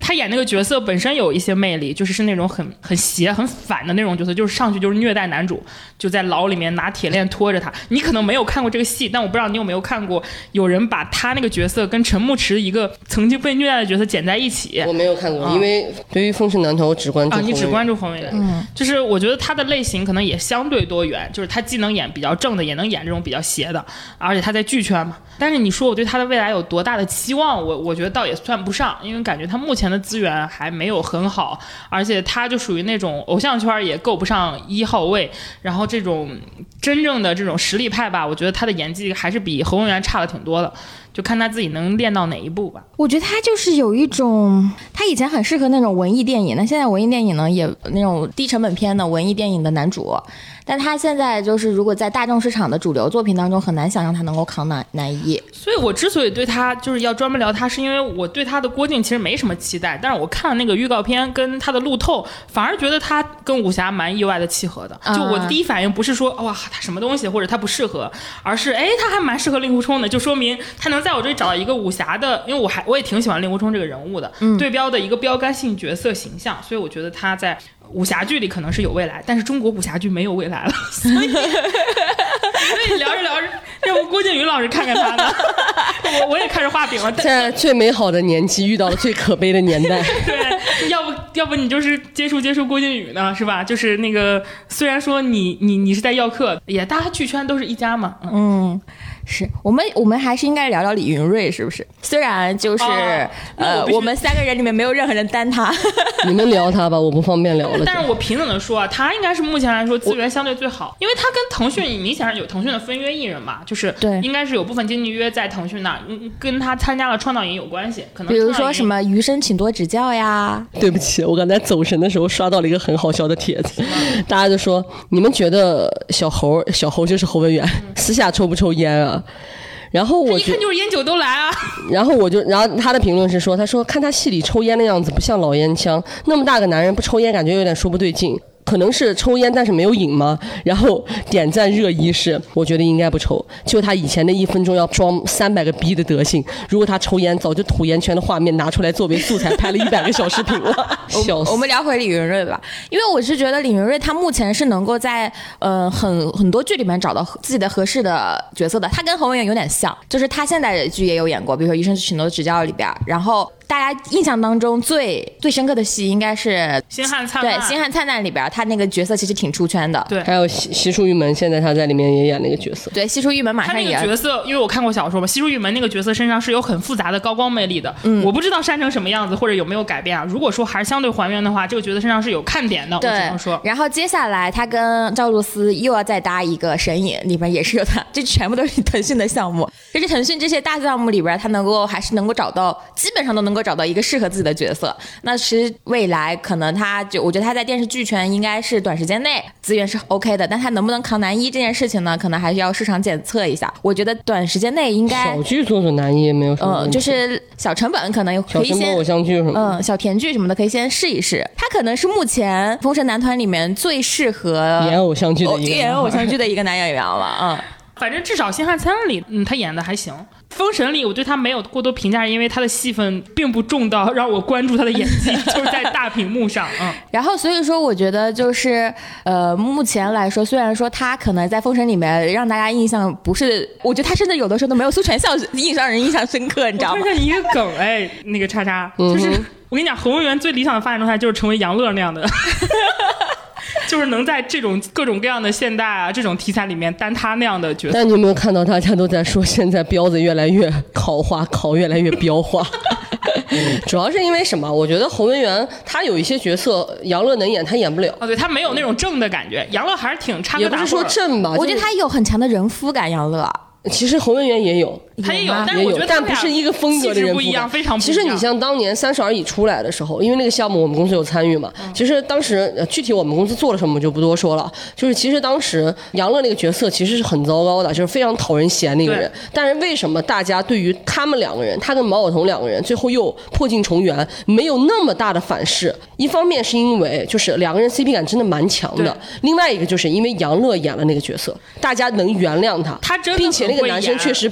他演那个角色本身有一些魅力，就是是那种很很邪很反的那种角色，就是上去就是虐待男主，就在牢里面拿铁链拖着他。你可能没有看过这个戏，但我不知道你有没有看过有人把他那个角色跟陈牧驰一个曾经被虐待的角色剪在一起。 我没有看过、嗯、因为对于《风神男团》我只关注啊，你只关注洪文元。 嗯， 就是我觉得他的类型可能也相对多元，就是他既能演比较正的，也能演这种比较邪的，而且他在剧圈嘛。但是你说我对他的未来有多大的期望，我我觉得倒也算不上，因为感觉他目前的资源还没有很好，而且他就属于那种偶像圈也够不上一号位，然后这种真正的这种实力派吧，我觉得他的演技还是比侯文元差了挺多的，就看他自己能练到哪一步吧。 我觉得他就是有一种，他以前很适合那种文艺电影，那现在文艺电影呢也那种低成本片的文艺电影的男主，但他现在就是如果在大众市场的主流作品当中，很难想象他能够扛男男一。 所以我之所以对他就是要专门聊他，是因为我对他的郭靖其实没什么期待，但是我看了那个预告片跟他的路透，反而觉得他跟武侠蛮意外的契合的。就我的第一反应不是说哇他什么东西或者他不适合，而是哎他还蛮适合令狐冲的，就说明他能在我这里找到一个武侠的，因为我还我也挺喜欢令狐冲这个人物的，嗯、对标的一个标杆性角色形象，所以我觉得他在武侠剧里可能是有未来，但是中国武侠剧没有未来了，所以所以聊着聊着，要不郭靖宇老师看看他呢？我我也开始画饼了。 现在最美好的年纪遇到了最可悲的年代。 对，要不要不你就是接触接触郭靖宇呢，是吧？就是那个虽然说你你你是在要客，也大家剧圈都是一家嘛。 嗯。嗯是我们，我们还是应该聊聊李云瑞，是不是？虽然就是、哦、呃，我, 我们三个人里面没有任何人担他。 你们聊他吧，我不方便聊了。 但是我平等的说啊，他应该是目前来说资源相对最好，因为他跟腾讯明显是有腾讯的分约艺人嘛，就是对，应该是有部分经纪约在腾讯那，跟他参加了创造营有关系，可能比如说什么余生请多指教呀。 对不起，我刚才走神的时候刷到了一个很好笑的帖子，大家就说你们觉得小侯小侯就是侯文元、嗯、私下抽不抽烟啊？然后我一看就是烟酒都来啊。 然后我就，然后他的评论是说，他说看他戏里抽烟的样子不像老烟枪，那么大个男人不抽烟感觉有点说不对劲。可能是抽烟但是没有瘾吗？然后点赞热议是我觉得应该不抽，就他以前的一分钟要装三百个逼的德性，如果他抽烟早就吐烟圈的画面拿出来作为素材拍了一百个小视频了。笑死。 我们聊回李云瑞吧，因为我是觉得李云瑞他目前是能够在呃很很多剧里面找到自己的合适的角色的，他跟侯文元有点像，就是他现在的剧也有演过，比如说《余生许多指教》里边，然后大家印象当中最最深刻的戏应该是《 星汉灿烂》， 对，《星汉灿烂》里边他那个角色其实挺出圈的。 对， 还有西西出玉门，现在他在里面也演那个角色。 对，西出玉门马上也。 他那个角色，因为我看过小说嘛，西出玉门那个角色身上是有很复杂的高光魅力的。嗯，我不知道删成什么样子，或者有没有改变啊？如果说还是相对还原的话，这个角色身上是有看点的。 对， 我只能说。 然后接下来他跟赵露思又要再搭一个神隐，里边也是有他，这全部都是腾讯的项目。就是腾讯这些大项目里边，他能够还是能够找到，基本上都能够找到一个适合自己的角色。那其实未来可能他就，我觉得他在电视剧圈应该是短时间内资源是 OK 的，但他能不能扛男一这件事情呢，可能还是要市场检测一下。我觉得短时间内应该小剧做做男一也没有什么问题， 嗯，就是小成本可能可以先小成本偶像剧什么嗯小甜剧什么的可以先试一试。他可能是目前封神男团里面最适合演偶像剧的一个演偶像剧的一个男演员了。嗯， 反正至少《星汉灿烂》里，嗯，他演的还行。封神里我对他没有过多评价，因为他的戏份并不重到让我关注他的演技，就是在大屏幕上。嗯， 然后所以说我觉得就是呃，目前来说，虽然说他可能在封神里面让大家印象不是，我觉得他甚至有的时候都没有苏全孝印象人印象深刻，你知道吗？ 我看一个梗，哎，那个叉叉，就是、嗯、我跟你讲，侯文元最理想的发展状态就是成为杨乐那样的。就是能在这种各种各样的现代啊这种题材里面担他那样的角色。 但你有没有看到大家都在说现在彪子越来越考化，考越来越彪化？主要是因为什么？我觉得侯文元他有一些角色杨乐能演，他演不了。 哦，对，他没有那种正的感觉，杨乐还是挺插科打诨。 也不是说正吧， 我觉得他有很强的人夫感，杨乐。 其实侯文元也有， 他也有，但也我觉得但不是一个风格的人不一样，非常不一样。 其实你像当年三十而已出来的时候，因为那个项目我们公司有参与嘛，嗯、其实当时具体我们公司做了什么我就不多说了。就是其实当时杨乐那个角色其实是很糟糕的，就是非常讨人嫌的一个人。但是为什么大家对于他们两个人，他跟毛晓彤两个人最后又破镜重圆，没有那么大的反噬？一方面是因为就是两个人 C P 感真的蛮强的，另外一个就是因为杨乐演了那个角色，大家能原谅他， 他真的并且那个男生确实变好了。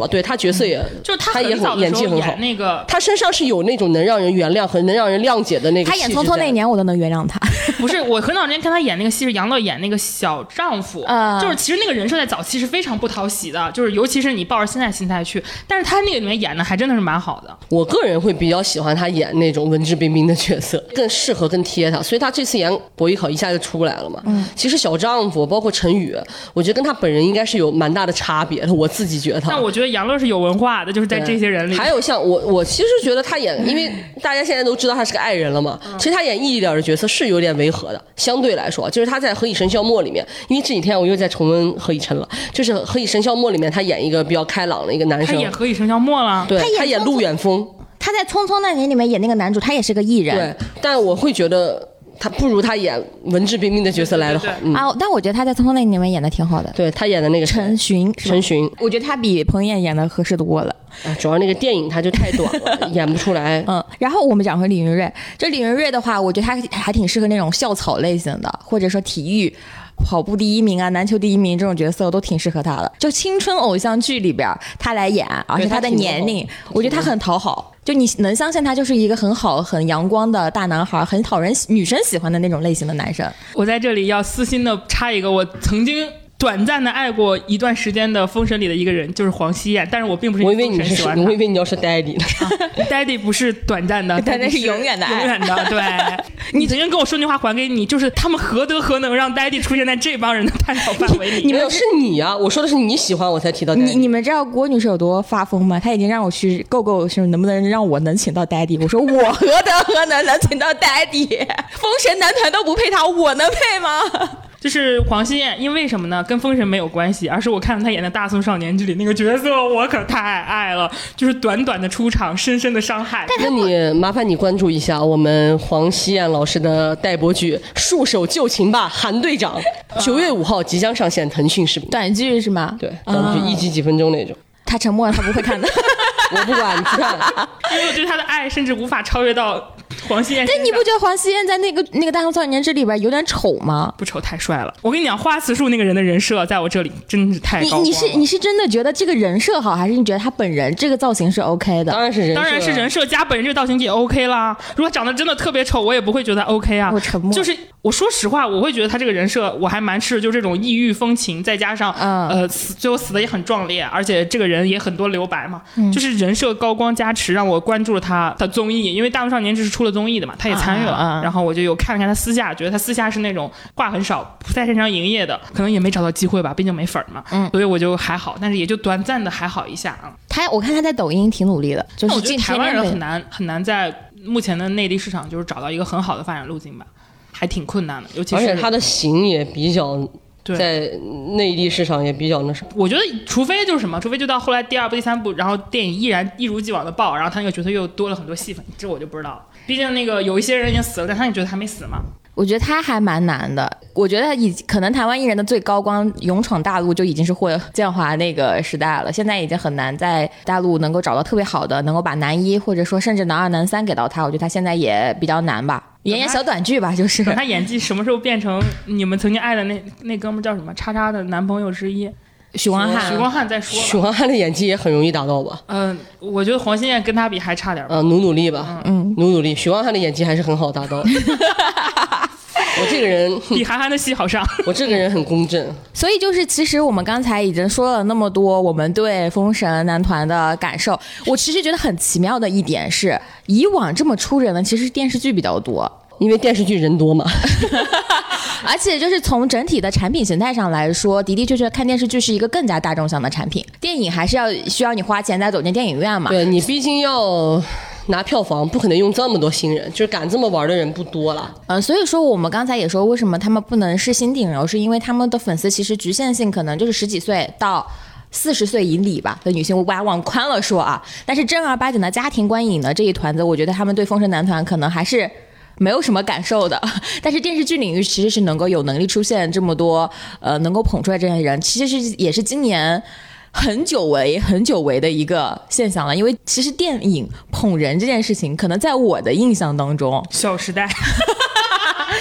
了，对他角色也， 就他他也很演技很好。 那个他身上是有那种能让人原谅和能让人谅解的那个气质。 他演《匆匆那年》，我都能原谅他。 不是，我很早之前看他演那个戏是杨乐演那个小丈夫， 呃、 就是其实那个人设在早期是非常不讨喜的，就是尤其是你抱着现在心态去，但是他那个里面演的还真的是蛮好的。 我个人会比较喜欢他演那种文质彬彬的角色，更适合更贴他，所以他这次演博弈考一下就出来了嘛。嗯，其实小丈夫包括陈宇，我觉得跟他本人应该是有蛮大的差别的，我自己觉得他。 但我觉得杨乐是有文化的，就是在这些人里。 还有像我，我其实觉得他演，因为大家现在都知道他是个爱人了嘛，嗯、其实他演义一点的角色是有点违和的，相对来说，就是他在《何以笙箫默》里面，因为这几天我又在重温何以琛了，就是《何以笙箫默》里面他演一个比较开朗的一个男生。 他演《何以笙箫默》了， 对，他演陆远峰。 他在《匆匆那年》里面演那个男主，他也是个艺人。 对，但我会觉得他不如他演文质彬彬的角色来的好。 对对对嗯、啊，但我觉得他在《匆匆那年》里面演的挺好的。 对他演的那个陈寻， 陈寻， 我觉得他比彭于晏演的合适多了。 啊，主要那个电影它就太短了，演不出来。 嗯，然后我们讲回李云瑞，这李云瑞的话，我觉得他还挺适合那种校草类型的，或者说体育。跑步第一名啊，篮球第一名这种角色都挺适合他的。就青春偶像剧里边他来演，而且他的年龄，我觉得他很讨好。就你能相信他就是一个很好、很阳光的大男孩，很讨人女生喜欢的那种类型的男生。 我在这里要私心的插一个，我曾经短暂的爱过一段时间的《封神》里的一个人，就是黄熙燕，但是我并不是因为封神喜欢他。 我以为你要是 Daddy 呢、 啊、，Daddy 不是短暂的， 但那是永远的爱， 永远的。对，你曾经跟我说那句话还给你，就是他们何德何能让 Daddy 出现在这帮人的探讨范围里？ 你们是你呀、啊，我说的是你喜欢我才提到 Daddy。 你你们知道郭女士有多发疯吗？她已经让我去够够，是能不能让我能请到 Daddy？ 我说我何德何能能请到 Daddy？ 封神男团都不配他，我能配吗？ 就是黄熙燕，因为什么呢？跟封神没有关系，而是我看到她演的《大宋少年志》里那个角色，我可太爱了。就是短短的出场，深深的伤害。 那你麻烦你关注一下我们黄熙燕老师的待播剧《束手就擒吧，韩队长》，九月五号即将上线腾讯视频。 短剧是吗？ 对，短剧一集几分钟那种。 他沉默了，他不会看的。 我不管，你去看。 因为我对他的爱甚至无法超越到黄熙燕。 但你不觉得黄熙燕在那个那个《大宋少年志》里边有点丑吗？ 不丑，太帅了。我跟你讲，花瓷树那个人的人设在我这里真是太高光了。 你你是你是真的觉得这个人设好，还是你觉得他本人这个造型是 OK 的？ 当然是人设， 当然是人设加本人这个造型也 OK 啦。如果长得真的特别丑，我也不会觉得 OK 啊。 我沉默。 就是我说实话，我会觉得他这个人设我还蛮吃，就是这种异域风情，再加上、嗯、呃死最后死的也很壮烈，而且这个人也很多留白嘛，嗯、就是人设高光加持，让我关注了他的综艺，因为《大宋少年志》是出了综艺的嘛，他也参与了，啊啊、然后我就有看了看他私下，觉得他私下是那种话很少，不太擅长营业的，可能也没找到机会吧，毕竟没粉嘛，嗯，所以我就还好，但是也就短暂的还好一下啊。 他我看他在抖音挺努力的，就是我觉得台湾人很难很难在目前的内地市场就是找到一个很好的发展路径吧。还挺困难的，尤其是而且他的型也比较在内地市场也比较那什么。 我觉得除非就是什么，除非就到后来第二部、第三部，然后电影依然一如既往的爆，然后他那个角色又多了很多戏份，这我就不知道了。毕竟那个有一些人已经死了，但他你觉得还没死吗？ 我觉得他还蛮难的。我觉得以可能台湾艺人的最高光勇闯大陆就已经是霍建华那个时代了，现在已经很难在大陆能够找到特别好的，能够把男一或者说甚至男二、男三给到他。我觉得他现在也比较难吧。演演小短剧吧，就是他演技什么时候变成你们曾经爱的那那哥们叫什么叉叉的男朋友之一？ 许光汉， 许光汉再说吧。 许光汉的演技也很容易达到吧？ 嗯、呃，我觉得黄心燕跟他比还差点吧。 嗯、呃，努努力吧，嗯，努努力。许光汉的演技还是很好达到的。我这个人比韩寒的戏好上， 我这个人很公正。 所以就是，其实我们刚才已经说了那么多，我们对封神男团的感受。我其实觉得很奇妙的一点是，以往这么出人的其实电视剧比较多。 因为电视剧人多嘛。 而且就是从整体的产品形态上来说，的的确确看电视剧是一个更加大众向的产品。电影还是要需要你花钱再走进电影院嘛。 对，你毕竟要拿票房，不可能用这么多新人，就是敢这么玩的人不多了。 嗯，所以说我们刚才也说，为什么他们不能是新顶流，是因为他们的粉丝其实局限性可能就是十几岁到四十岁以里吧的女性，我把它往宽了说啊。但是正儿八经的家庭观影的这一团子，我觉得他们对封神男团可能还是没有什么感受的。但是电视剧领域其实是能够有能力出现这么多呃能够捧出来这些人，其实是也是今年很久违很久违的一个现象了。因为其实电影捧人这件事情可能在我的印象当中， 小时代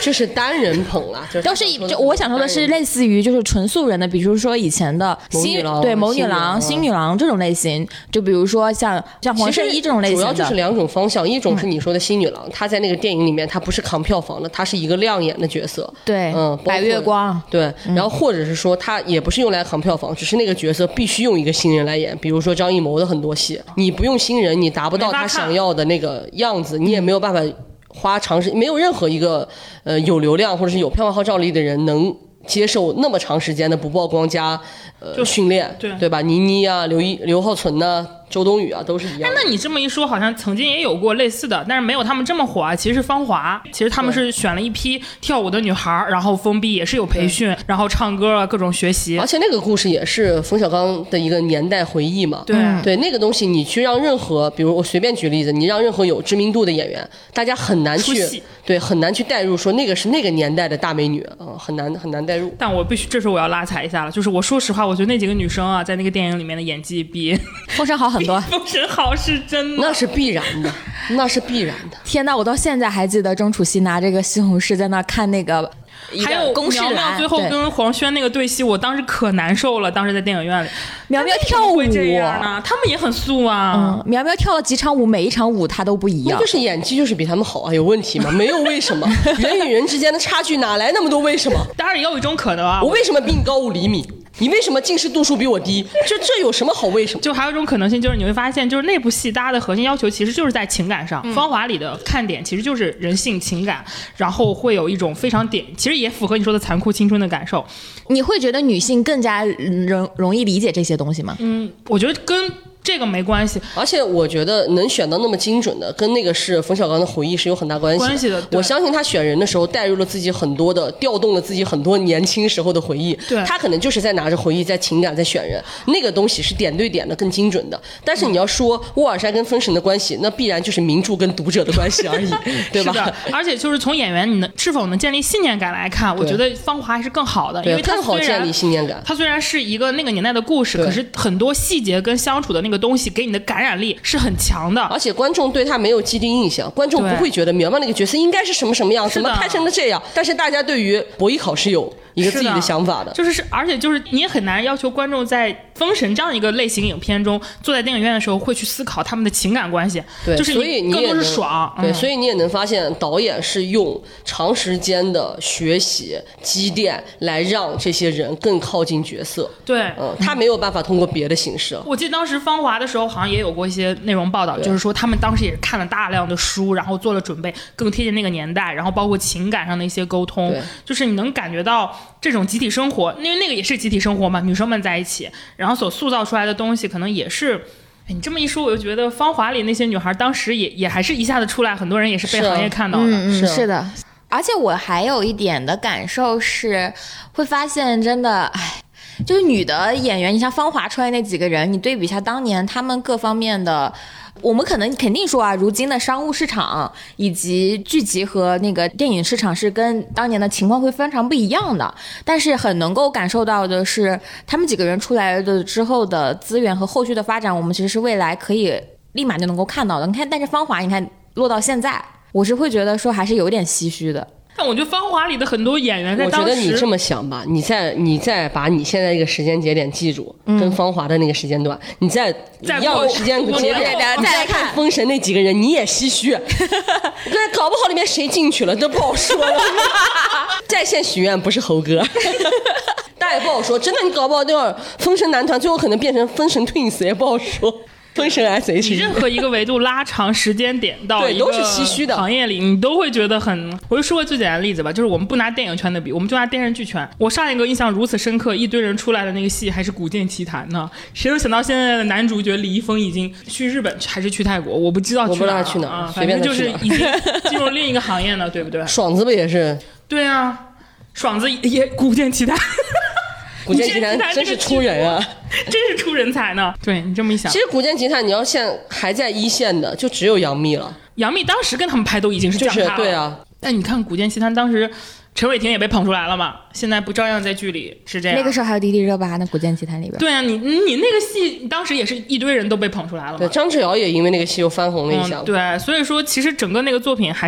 就是单人捧啊， 都是就我想说的是类似于就是纯素人的，比如说以前的新对谋女郎、新女郎这种类型，就比如说像像黄圣依这种类型的， 主要就是两种方向，一种是你说的新女郎，她在那个电影里面她不是扛票房的，她是一个亮眼的角色， 对， 嗯， 白月光， 对，然后或者是说她也不是用来扛票房，只是那个角色必须用一个新人来演，比如说张艺谋的很多戏，你不用新人，你达不到他想要的那个样子，你也没有办法花长时，没有任何一个呃有流量或者是有票房号召力的人能接受那么长时间的不曝光加呃训练， 对对吧？倪妮啊，刘一刘浩存呐、啊。周冬雨啊，都是一样的。 那你这么一说，好像曾经也有过类似的，但是没有他们这么火啊。其实是芳华，其实他们是选了一批跳舞的女孩，然后封闭，也是有培训，然后唱歌啊，各种学习。 而且那个故事也是冯小刚的一个年代回忆嘛。 对、 嗯、对，那个东西你去让任何，比如我随便举例子，你让任何有知名度的演员，大家很难去对很难去代入，说那个是那个年代的大美女啊、呃，很难很难代入。 但我必须，这时候我要拉踩一下了，就是我说实话，我觉得那几个女生啊，在那个电影里面的演技比封神好很多， 封神好。好是真的， 那是必然的，那是必然的。 天哪，我到现在还记得钟楚曦拿这个西红柿在那看那个。 还有公苗苗最后跟黄轩那个对戏，我当时可难受了。当时在电影院里， 苗苗跳舞会这样呢？他们也很素啊。 嗯，苗苗跳了几场舞，每一场舞她都不一样。 那就是演技就是比他们好啊，有问题吗？没有为什么，人与人之间的差距哪来那么多为什么？ 当然也有一种可能啊， 我为什么比你高五厘米？你为什么近视度数比我低？这这有什么好为什么？ 就还有一种可能性，就是你会发现，就是那部戏大家的核心要求其实就是在情感上。嗯、芳华里的看点其实就是人性情感，然后会有一种非常点，其实也符合你说的残酷青春的感受。 你会觉得女性更加容容易理解这些东西吗？ 嗯，我觉得跟这个没关系， 而且我觉得能选到那么精准的，跟那个是冯小刚的回忆是有很大关系的。 关系的， 我相信他选人的时候带入了自己很多的，调动了自己很多年轻时候的回忆。 对， 他可能就是在拿着回忆，在情感在选人，那个东西是点对点的，更精准的。但是你要说沃尔善跟封神的关系，那必然就是名著跟读者的关系而已，对吧？ 是的，而且就是从演员你能是否能建立信念感来看，我觉得芳华还是更好的，因为他更好建立信念感。 他虽然是一个那个年代的故事，可是很多细节跟相处的那个东西给你的感染力是很强的， 而且观众对他没有既定印象，观众不会觉得苗苗那个角色应该是什么什么样，怎么拍成了这样。但是大家对于博弈考试有一个自己的想法的， 的就是而且就是你也很难要求观众在封神这样一个类型影片中，坐在电影院的时候会去思考他们的情感关系， 对， 就是所以你更多是爽， 对、 嗯， 所以你也能发现导演是用长时间的学习积淀来让这些人更靠近角色， 对， 嗯，他没有办法通过别的形式。 我记得当时芳华的时候，好像也有过一些内容报道，就是说他们当时也是看了大量的书，然后做了准备，更贴近那个年代，然后包括情感上的一些沟通，就是你能感觉到这种集体生活，因为那个也是集体生活嘛，女生们在一起，然后所塑造出来的东西，可能也是。哎，你这么一说，我就觉得《芳华》里那些女孩当时也也还是一下子出来，很多人也是被行业看到的。 嗯是、 啊、是的，而且我还有一点的感受是，会发现真的，哎，就是女的演员，你像芳华出来那几个人，你对比一下当年他们各方面的。我们可能肯定说啊，如今的商务市场以及剧集和那个电影市场是跟当年的情况会非常不一样的，但是很能够感受到的是，他们几个人出来的之后的资源和后续的发展，我们其实是未来可以立马就能够看到的。你看，但是芳华，你看落到现在，我是会觉得说还是有点唏嘘的。 但我觉得《芳华》里的很多演员在当时， 我觉得你这么想吧，你再你再把你现在这个时间节点记住，嗯、跟《芳华》的那个时间段，你再一样的时间节点再来看《封神》那几个人，你也唏嘘。对，搞不好里面谁进去了都不好说了。在线许愿不是猴哥。大家也不好说，真的，你搞不好那会儿封神男团最后可能变成封神 Twins 也不好说。封神 S H， 你任何一个维度拉长时间点到一个行业里，你都会觉得很。我就说个最简单的例子吧，就是我们不拿电影圈的比，我们就拿电视剧圈。我上一个印象如此深刻，一堆人出来的那个戏还是《古剑奇谭》呢。谁能想到现在的男主角李易峰已经去日本还是去泰国？我不知道去哪， 我不知道去哪啊，反正就是已经进入另一个行业了，对不对？ 爽子不也是？ 对啊，爽子也《古剑奇谭》。 古剑奇谭真是出人啊， 真是出人才呢。对你这么一想， 其实古剑奇谭你要现还在一线的，就只有杨幂了。 杨幂当时跟他们拍都已经是降咖了， 就是对啊。 但你看古剑奇谭当时。陈伟霆也被捧出来了嘛？现在不照样在剧里是这样？ 那个时候还有迪丽热巴，那《古剑奇谭》里边。 对啊，你你那个戏当时也是一堆人都被捧出来了嘛？ 对，张智尧也因为那个戏又翻红了一下、 嗯。对，所以说其实整个那个作品还是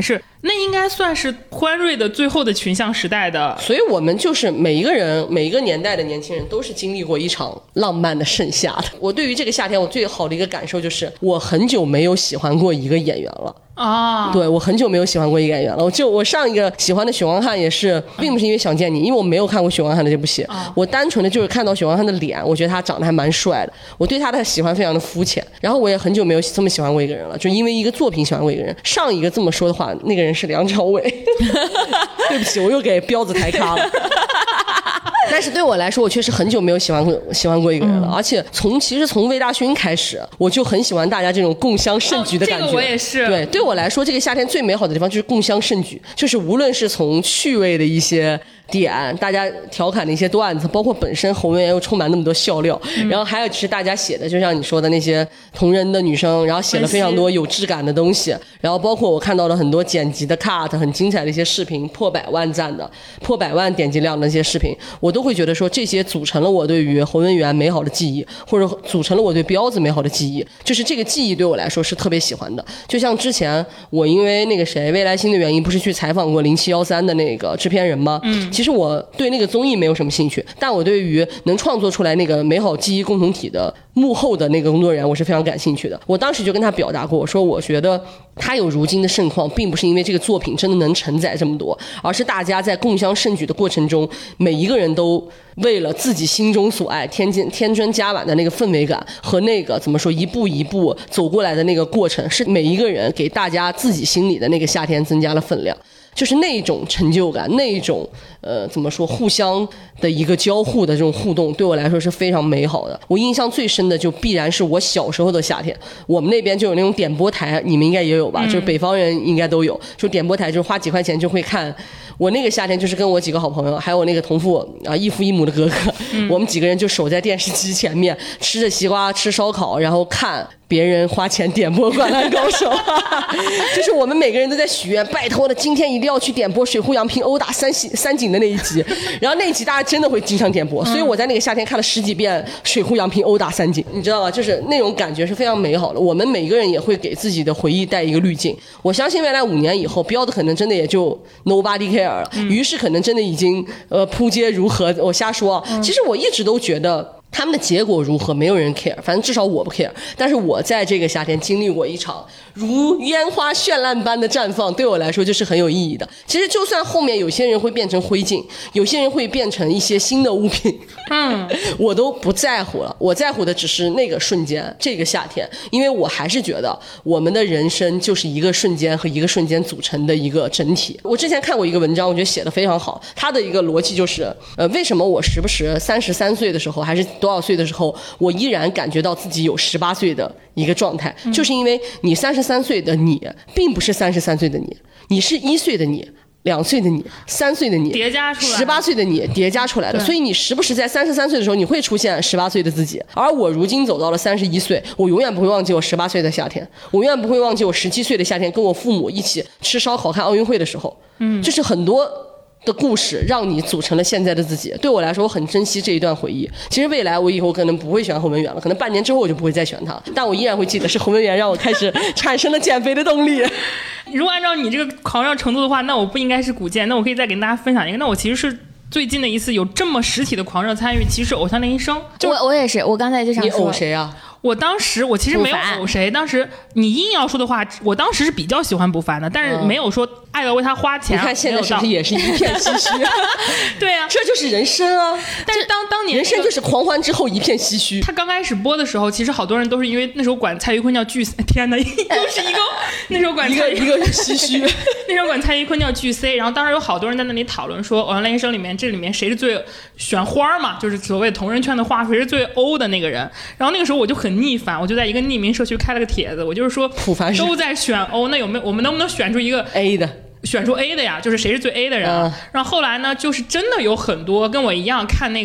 那应该算是欢瑞的最后的群像时代的。 所以我们就是每一个人每一个年代的年轻人都是经历过一场浪漫的盛夏的。我对于这个夏天我最好的一个感受就是我很久没有喜欢过一个演员了啊、 哦，对，我很久没有喜欢过一个演员了。我就我上一个喜欢的许光汉也是，并不是因为想见你，因为我没有看过许光汉的这部戏， 啊、 我单纯的就是看到许光汉的脸，我觉得他长得还蛮帅的，我对他的喜欢非常的肤浅。然后我也很久没有这么喜欢过一个人了，就因为一个作品喜欢过一个人。上一个这么说的话，那个人是梁朝伟。对不起，我又给彪子抬咖了。但是对我来说，我确实很久没有喜欢过喜欢过一个人了，嗯、而且从其实从魏大勋开始，我就很喜欢大家这种共襄盛举的感觉。 哦、这个我也是。 对，对我来说，这个夏天最美好的地方就是共襄盛举，就是无论是从趣味的一些点，大家调侃的一些段子，包括本身侯文渊又充满那么多笑料，嗯、然后还有就是大家写的，就像你说的那些同人的女生，然后写了非常多有质感的东西，然后包括我看到了很多剪辑的 cut， 很精彩的一些视频，破百万赞的、破百万点击量的那些视频，我都会觉得说这些组成了我对于侯文渊美好的记忆，或者组成了我对彪子美好的记忆，就是这个记忆对我来说是特别喜欢的。就像之前我因为那个谁未来星的原因，不是去采访过零七一三的那个制片人吗？嗯，其实我对那个综艺没有什么兴趣，但我对于能创作出来那个美好记忆共同体的幕后的那个工作人员，我是非常感兴趣的。我当时就跟他表达过，我说我觉得他有如今的盛况，并不是因为这个作品真的能承载这么多，而是大家在共襄盛举的过程中，每一个人都为了自己心中所爱添添添砖加瓦的那个氛围感和那个怎么说一步一步走过来的那个过程，是每一个人给大家自己心里的那个夏天增加了分量。就是那种成就感，那种呃怎么说互相的一个交互的这种互动，对我来说是非常美好的。我印象最深的就必然是我小时候的夏天，我们那边就有那种点播台，你们应该也有吧？嗯、就是北方人应该都有，就点播台就是花几块钱就会看。我那个夏天就是跟我几个好朋友，还有那个同父啊异父异母的哥哥，嗯、我们几个人就守在电视机前面，吃着西瓜，吃烧烤，然后看别人花钱点播《灌篮高手》，就是我们每个人都在许愿，拜托了，今天一定要去点播水户洋平殴打三三井的那一集。然后那一集大家真的会经常点播，所以我在那个夏天看了十几遍水户洋平殴打三井，你知道吧？就是那种感觉是非常美好的。我们每个人也会给自己的回忆带一个滤镜。我相信未来五年以后，彪子可能真的也就 nobody care 了，于是可能真的已经呃扑街如何？我瞎说啊，其实我一直都觉得。他们的结果如何没有人 care， 反正至少我不 care。但是我在这个夏天经历过一场如烟花绚烂般的绽放，对我来说就是很有意义的。其实就算后面有些人会变成灰烬，有些人会变成一些新的物品，嗯，我都不在乎了。我在乎的只是那个瞬间，这个夏天，因为我还是觉得我们的人生就是一个瞬间和一个瞬间组成的一个整体。我之前看过一个文章，我觉得写得非常好，他的一个逻辑就是，呃，为什么我时不时三十三岁的时候还是多少岁的时候，我依然感觉到自己有十八岁的一个状态，就是因为你三十三岁的你，并不是三十三岁的你，你是一岁的你。两岁的你，三岁的你， 叠加出来， 十八岁的你叠加出来的，所以你时不时在三十三岁的时候，你会出现十八岁的自己。而我如今走到了三十一岁，我永远不会忘记我十八岁的夏天，我永远不会忘记我十七岁的夏天，跟我父母一起吃烧烤看奥运会的时候。嗯，就是很多的故事让你组成了现在的自己。对我来说，我很珍惜这一段回忆。其实未来我以后可能不会选侯文渊了，可能半年之后我就不会再选他，但我依然会记得是侯文渊让我开始产生了减肥的动力。 如果按照你这个狂热程度的话，那我不应该是古剑，那我可以再给大家分享一个。那我其实是最近的一次有这么实体的狂热参与，其实是《偶像练习生》。 我我也是，我刚才就想说， 你偶谁啊？ 我当时我其实没有偶谁，当时你硬要说的话，我当时是比较喜欢卜凡的，但是没有说爱到为他花钱。 你看现在是不是也是一片唏嘘？ 对啊， 这就是人生啊！ 但是当当年、 人生就是狂欢之后一片唏嘘。 他刚开始播的时候，其实好多人都是因为那时候管蔡徐坤叫巨 C， 天哪，又是一个那时候管一个一个唏嘘， 那时候管蔡徐坤叫巨 C， 然后当时有好多人在那里讨论说，《偶像练习生》里面这里面谁是最选花嘛，就是所谓同人圈的花，谁是最欧的那个人。然后那个时候我就很逆反，我就在一个匿名社区开了个帖子，我就是说都在选欧，那有没有我们能不能选出一个 A 的？ 选出 A 的呀，就是谁是最 A 的人、啊。然后后来呢，就是真的有很多跟我一样看那个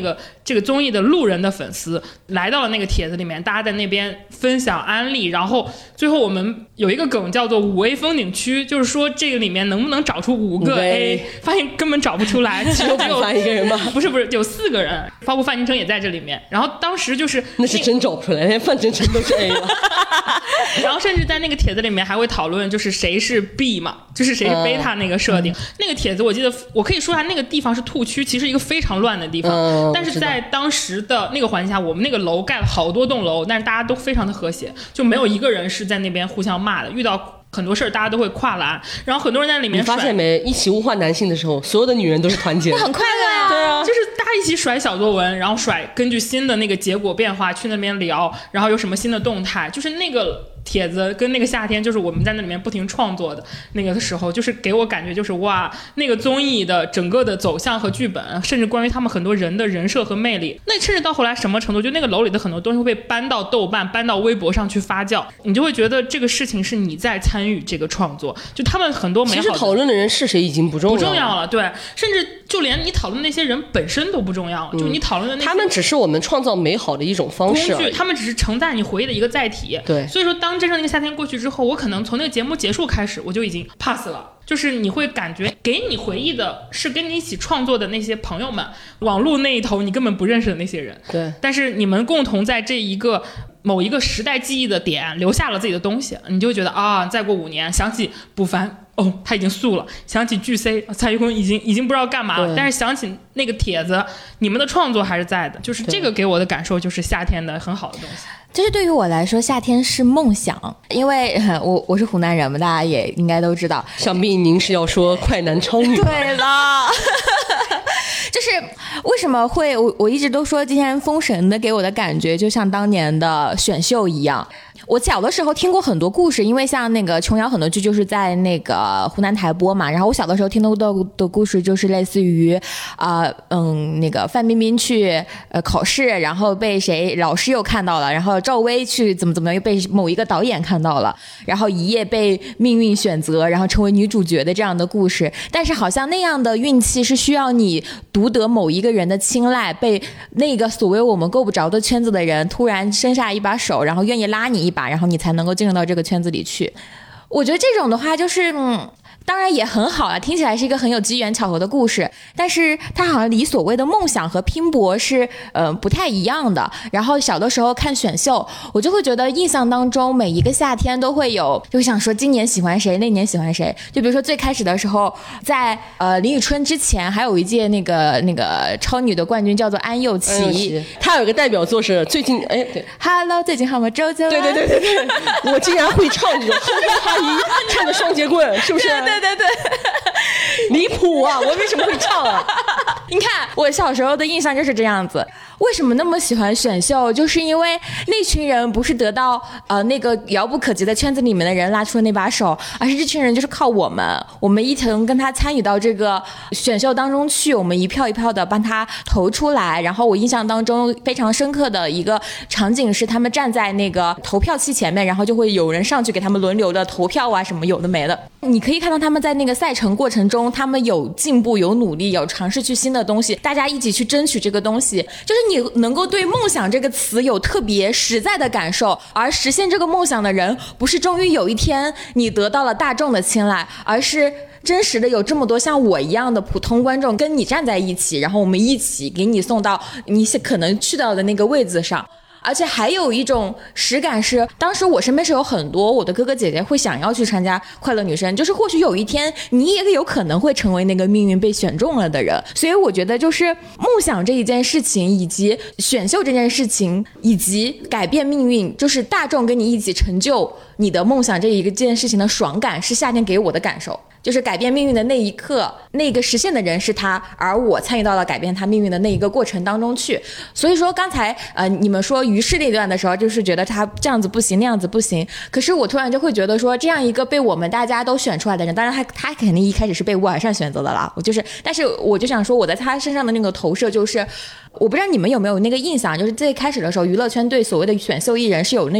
这个综艺的路人的粉丝来到了那个帖子里面，大家在那边分享安利，然后最后我们有一个梗叫做五 A 风景区，就是说这个里面能不能找出五个 A， 发现根本找不出来，只有只有一个人吗？ 不是不是，有四个人，包括范金城也在这里面。然后当时就是那是真找不出来，连范金城都是 A 了。 然后甚至在那个帖子里面还会讨论，就是谁是 B 嘛，就是谁是贝塔那个设定。嗯、那个帖子我记得我可以说一下，那个地方是兔区，其实一个非常乱的地方。嗯、但是在当时的那个环境下，我们那个楼盖了好多栋楼，但是大家都非常的和谐，就没有一个人是在那边互相骂的。遇到很多事儿大家都会跨栏，然后很多人在里面。 你发现没？一起物化男性的时候，所有的女人都是团结的， 很快乐呀。 对啊， 就是大家一起甩小作文，然后甩根据新的那个结果变化去那边聊，然后有什么新的动态，就是那个帖子跟那个夏天，就是我们在那里面不停创作的那个时候，就是给我感觉就是哇，那个综艺的整个的走向和剧本，甚至关于他们很多人的人设和魅力，那甚至到后来什么程度，就那个楼里的很多东西会被搬到豆瓣、搬到微博上去发酵，你就会觉得这个事情是你在参与这个创作，就他们很多美好的。 其实讨论的人是谁已经不重要了， 不重要了，对，甚至就连你讨论那些人本身都不重要了，嗯、就你讨论的那些， 他们只是我们创造美好的一种方式， 工具，他们只是承载你回忆的一个载体。 对， 所以说当真正那个夏天过去之后，我可能从那个节目结束开始，我就已经 pass 了。就是你会感觉给你回忆的是跟你一起创作的那些朋友们，网络那一头你根本不认识的那些人， 对， 但是你们共同在这一个某一个时代记忆的点留下了自己的东西，你就会觉得啊，再过五年想起卜凡，哦，他已经素了；想起巨 C， 蔡徐坤已经已经不知道干嘛了。但是想起那个帖子，你们的创作还是在的，就是这个给我的感受就是夏天的很好的东西。 就是对于我来说，夏天是梦想，因为我我是湖南人嘛，大家也应该都知道。 想必您是要说快男超女。 对了。就是为什么会我我一直都说今天封神的给我的感觉就像当年的选秀一样。我小的时候听过很多故事，因为像那个琼瑶很多剧就是在那个湖南台播嘛，然后我小的时候听到的的故事就是类似于啊、呃、嗯那个范冰冰去呃考试，然后被谁老师又看到了，然后赵薇去怎么怎么样又被某一个导演看到了，然后一夜被命运选择，然后成为女主角的这样的故事。但是好像那样的运气是需要你独得某一个人的青睐，被那个所谓我们够不着的圈子的人突然伸下一把手，然后愿意拉你一把，然后你才能够进入到这个圈子里去。我觉得这种的话就是嗯，当然也很好啊，听起来是一个很有机缘巧合的故事，但是它好像离所谓的梦想和拼搏是呃不太一样的。然后小的时候看选秀，我就会觉得印象当中每一个夏天都会有，就想说今年喜欢谁，那年喜欢谁。就比如说最开始的时候，在呃林宇春之前还有一届那个那个超女的冠军叫做安又琪， 她有一个代表作是最近哎对 Hello 最近好吗周杰伦， 对对对对对，我竟然会唱这种哈哈哈唱着双截棍，是不是？ 对对对对， 离谱啊！我为什么会唱啊？ 你看我小时候的印象就是这样子。为什么那么喜欢选秀，就是因为那群人不是得到呃那个遥不可及的圈子里面的人拉出了那把手，而是这群人就是靠我们我们一同跟他参与到这个选秀当中去，我们一票一票的帮他投出来。然后我印象当中非常深刻的一个场景是他们站在那个投票器前面，然后就会有人上去给他们轮流的投票啊什么有的没的。你可以看到他们在那个赛程过程中，他们有进步有努力有尝试去新的东西，大家一起去争取这个东西，就是你能够对梦想这个词有特别实在的感受。而实现这个梦想的人不是终于有一天你得到了大众的青睐，而是真实的有这么多像我一样的普通观众跟你站在一起，然后我们一起给你送到你可能去到的那个位子上。而且还有一种实感是，当时我身边是有很多我的哥哥姐姐会想要去参加快乐女生，就是或许有一天你也有可能会成为那个命运被选中了的人。所以我觉得就是梦想这一件事情，以及选秀这件事情，以及改变命运，就是大众跟你一起成就你的梦想这一个件事情的爽感，是夏天给我的感受。就是改变命运的那一刻，那个实现的人是他，而我参与到了改变他命运的那一个过程当中去。所以说刚才呃你们说于适那段的时候，就是觉得他这样子不行那样子不行，可是我突然就会觉得说，这样一个被我们大家都选出来的人，当然他他肯定一开始是被吴尔善选择的啦，我就是但是我就想说我在他身上的那个投射，就是我不知道你们有没有那个印象，就是最开始的时候娱乐圈对所谓的选秀艺人是有那种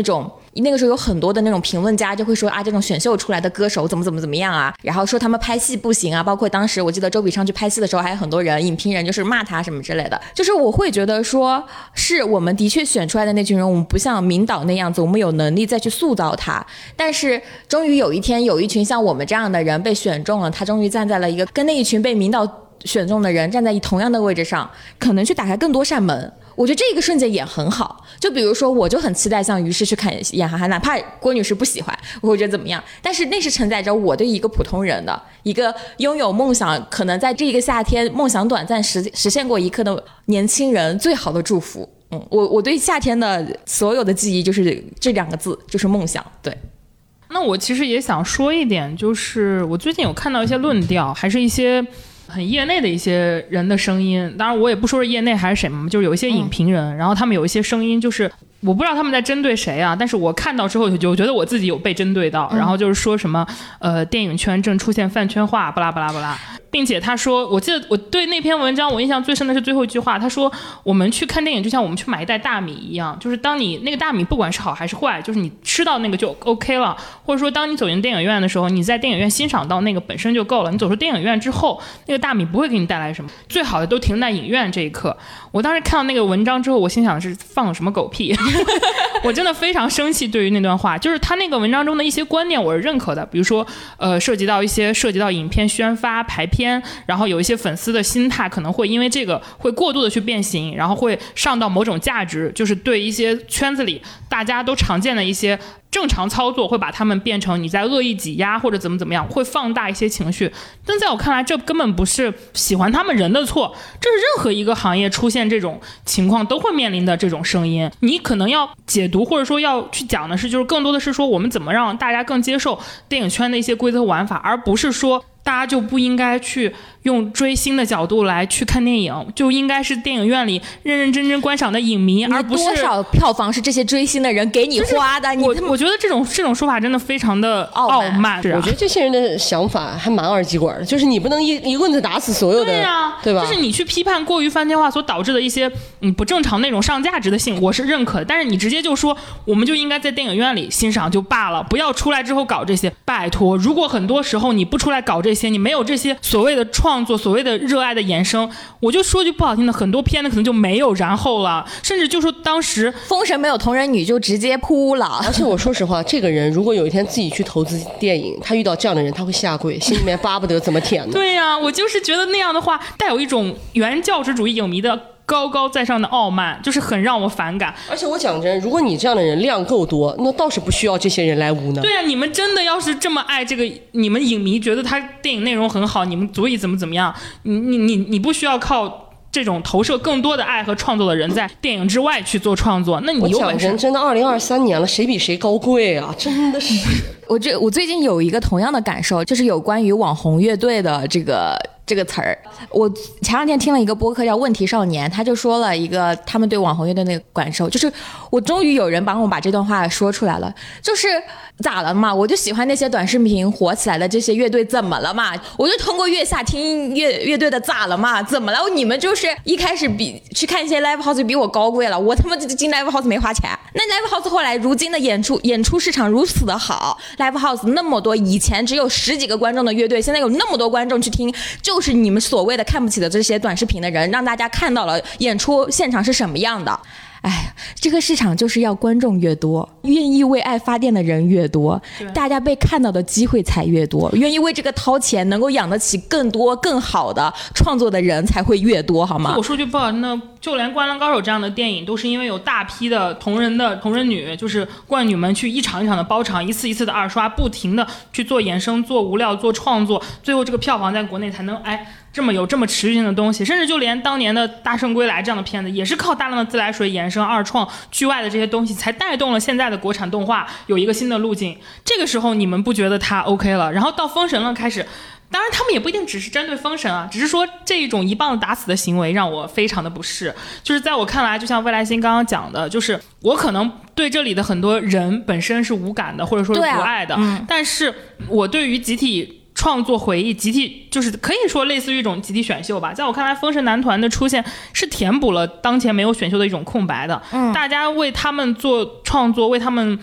那个时候有很多的那种评论家就会说啊，这种选秀出来的歌手怎么怎么怎么样啊，然后说他们拍戏不行啊，包括当时我记得周笔畅去拍戏的时候，还有很多人影评人就是骂他什么之类的。就是我会觉得说，是我们的确选出来的那群人，我们不像明导那样子，我们有能力再去塑造他，但是终于有一天有一群像我们这样的人被选中了，他终于站在了一个跟那一群被明导选中的人站在同样的位置上，可能去打开更多扇门。我觉得这个瞬间也很好，就比如说我就很期待像于适去看演韩寒，哪怕郭女士不喜欢我会觉得怎么样，但是那是承载着我对一个普通人的一个拥有梦想，可能在这一个夏天梦想短暂实实现过一刻的年轻人最好的祝福。嗯，我我对夏天的所有的记忆就是这两个字，就是梦想。对， 那我其实也想说一点，就是我最近有看到一些论调，还是一些很业内的一些人的声音，当然我也不说是业内还是谁嘛，就是有一些影评人、嗯、然后他们有一些声音，就是我不知道他们在针对谁啊，但是我看到之后就觉得我自己有被针对到、嗯、然后就是说什么呃电影圈正出现饭圈化巴拉巴拉巴拉，并且他说，我记得我对那篇文章我印象最深的是最后一句话，他说我们去看电影就像我们去买一袋大米一样，就是当你那个大米不管是好还是坏，就是你吃到那个就 OK 了，或者说当你走进电影院的时候，你在电影院欣赏到那个本身就够了，你走出电影院之后那个大米不会给你带来什么，最好的都停在影院这一刻。我当时看到那个文章之后，我心想是放了什么狗屁我真的非常生气对于那段话，就是他那个文章中的一些观念我是认可的，比如说呃，涉及到一些涉及到影片宣发排片，然后有一些粉丝的心态可能会因为这个会过度的去变形，然后会上到某种价值，就是对一些圈子里大家都常见的一些正常操作会把他们变成你在恶意挤压或者怎么怎么样，会放大一些情绪。但在我看来这根本不是喜欢他们人的错，这是任何一个行业出现这种情况都会面临的这种声音。你可能要解读或者说要去讲的是，就是更多的是说我们怎么让大家更接受电影圈的一些规则玩法，而不是说大家就不应该去用追星的角度来去看电影，就应该是电影院里认认真真观赏的影迷，而不是多少票房是这些追星的人给你花的。 就是、我我觉得这种这种说法真的非常的傲慢。 我觉得这些人的想法还蛮二极管的，就是你不能一一棍子打死所有的， 对啊， 对吧？ 就是你去批判过于饭圈化所导致的一些嗯不正常那种上价值的性，我是认可的。但是你直接就说我们就应该在电影院里欣赏就罢了，不要出来之后搞这些。拜托，如果很多时候你不出来搞这些，你没有这些所谓的创作，所谓的热爱的衍生，我就说句不好听的，很多片子可能就没有然后了，甚至就说当时封神没有同人女就直接扑了。 而且我说实话，这个人如果有一天自己去投资电影，他遇到这样的人他会下跪，心里面巴不得怎么舔呢？ 对呀、啊，我就是觉得那样的话带有一种原教旨主义影迷的高高在上的傲慢，就是很让我反感。 而且我讲真，如果你这样的人量够多，那倒是不需要这些人来污呢。 对啊，你们真的要是这么爱这个，你们影迷觉得他电影内容很好，你们足以怎么怎么样，你你你你不需要靠这种投射更多的爱和创作的人在电影之外去做创作，那你有本事。 我讲真，真的二零二三年了，谁比谁高贵啊？真的是。 我这我最近有一个同样的感受，就是有关于网红乐队的这个这个词儿。我前两天听了一个播客叫问题少年，他就说了一个他们对网红乐队那个感受，就是我终于有人帮我把这段话说出来了，就是咋了嘛？我就喜欢那些短视频火起来的这些乐队，怎么了嘛？我就通过月下听乐乐队的，咋了嘛？怎么了？你们就是一开始比去看一些 live house 比我高贵了，我他妈进 live house 没花钱，那 live house 后来如今的演出演出市场如此的好。Live House 那么多，以前只有十几个观众的乐队，现在有那么多观众去听，就是你们所谓的看不起的这些短视频的人，让大家看到了演出现场是什么样的。哎，这个市场就是要观众越多，愿意为爱发电的人越多，大家被看到的机会才越多，愿意为这个掏钱能够养得起更多更好的创作的人才会越多，好吗？ 我说句不好听的，就连《灌篮高手》这样的电影都是因为有大批的同人的同人女，就是灌女们去一场一场的包场，一次一次的二刷，不停的去做衍生做无料做创作，最后这个票房在国内才能哎这么有这么持续性的东西。甚至就连当年的大圣归来这样的片子，也是靠大量的自来水衍生二创剧外的这些东西才带动了现在的国产动画有一个新的路径。这个时候你们不觉得它 OK 了，然后到封神了开始，当然他们也不一定只是针对封神啊，只是说这一种一棒子打死的行为让我非常的不适。就是在我看来，就像未来星刚刚讲的，就是我可能对这里的很多人本身是无感的，或者说是不爱的、啊嗯、但是我对于集体创作回忆，集体就是可以说类似于一种集体选秀吧。在我看来，封神男团的出现是填补了当前没有选秀的一种空白的、嗯、大家为他们做创作，为他们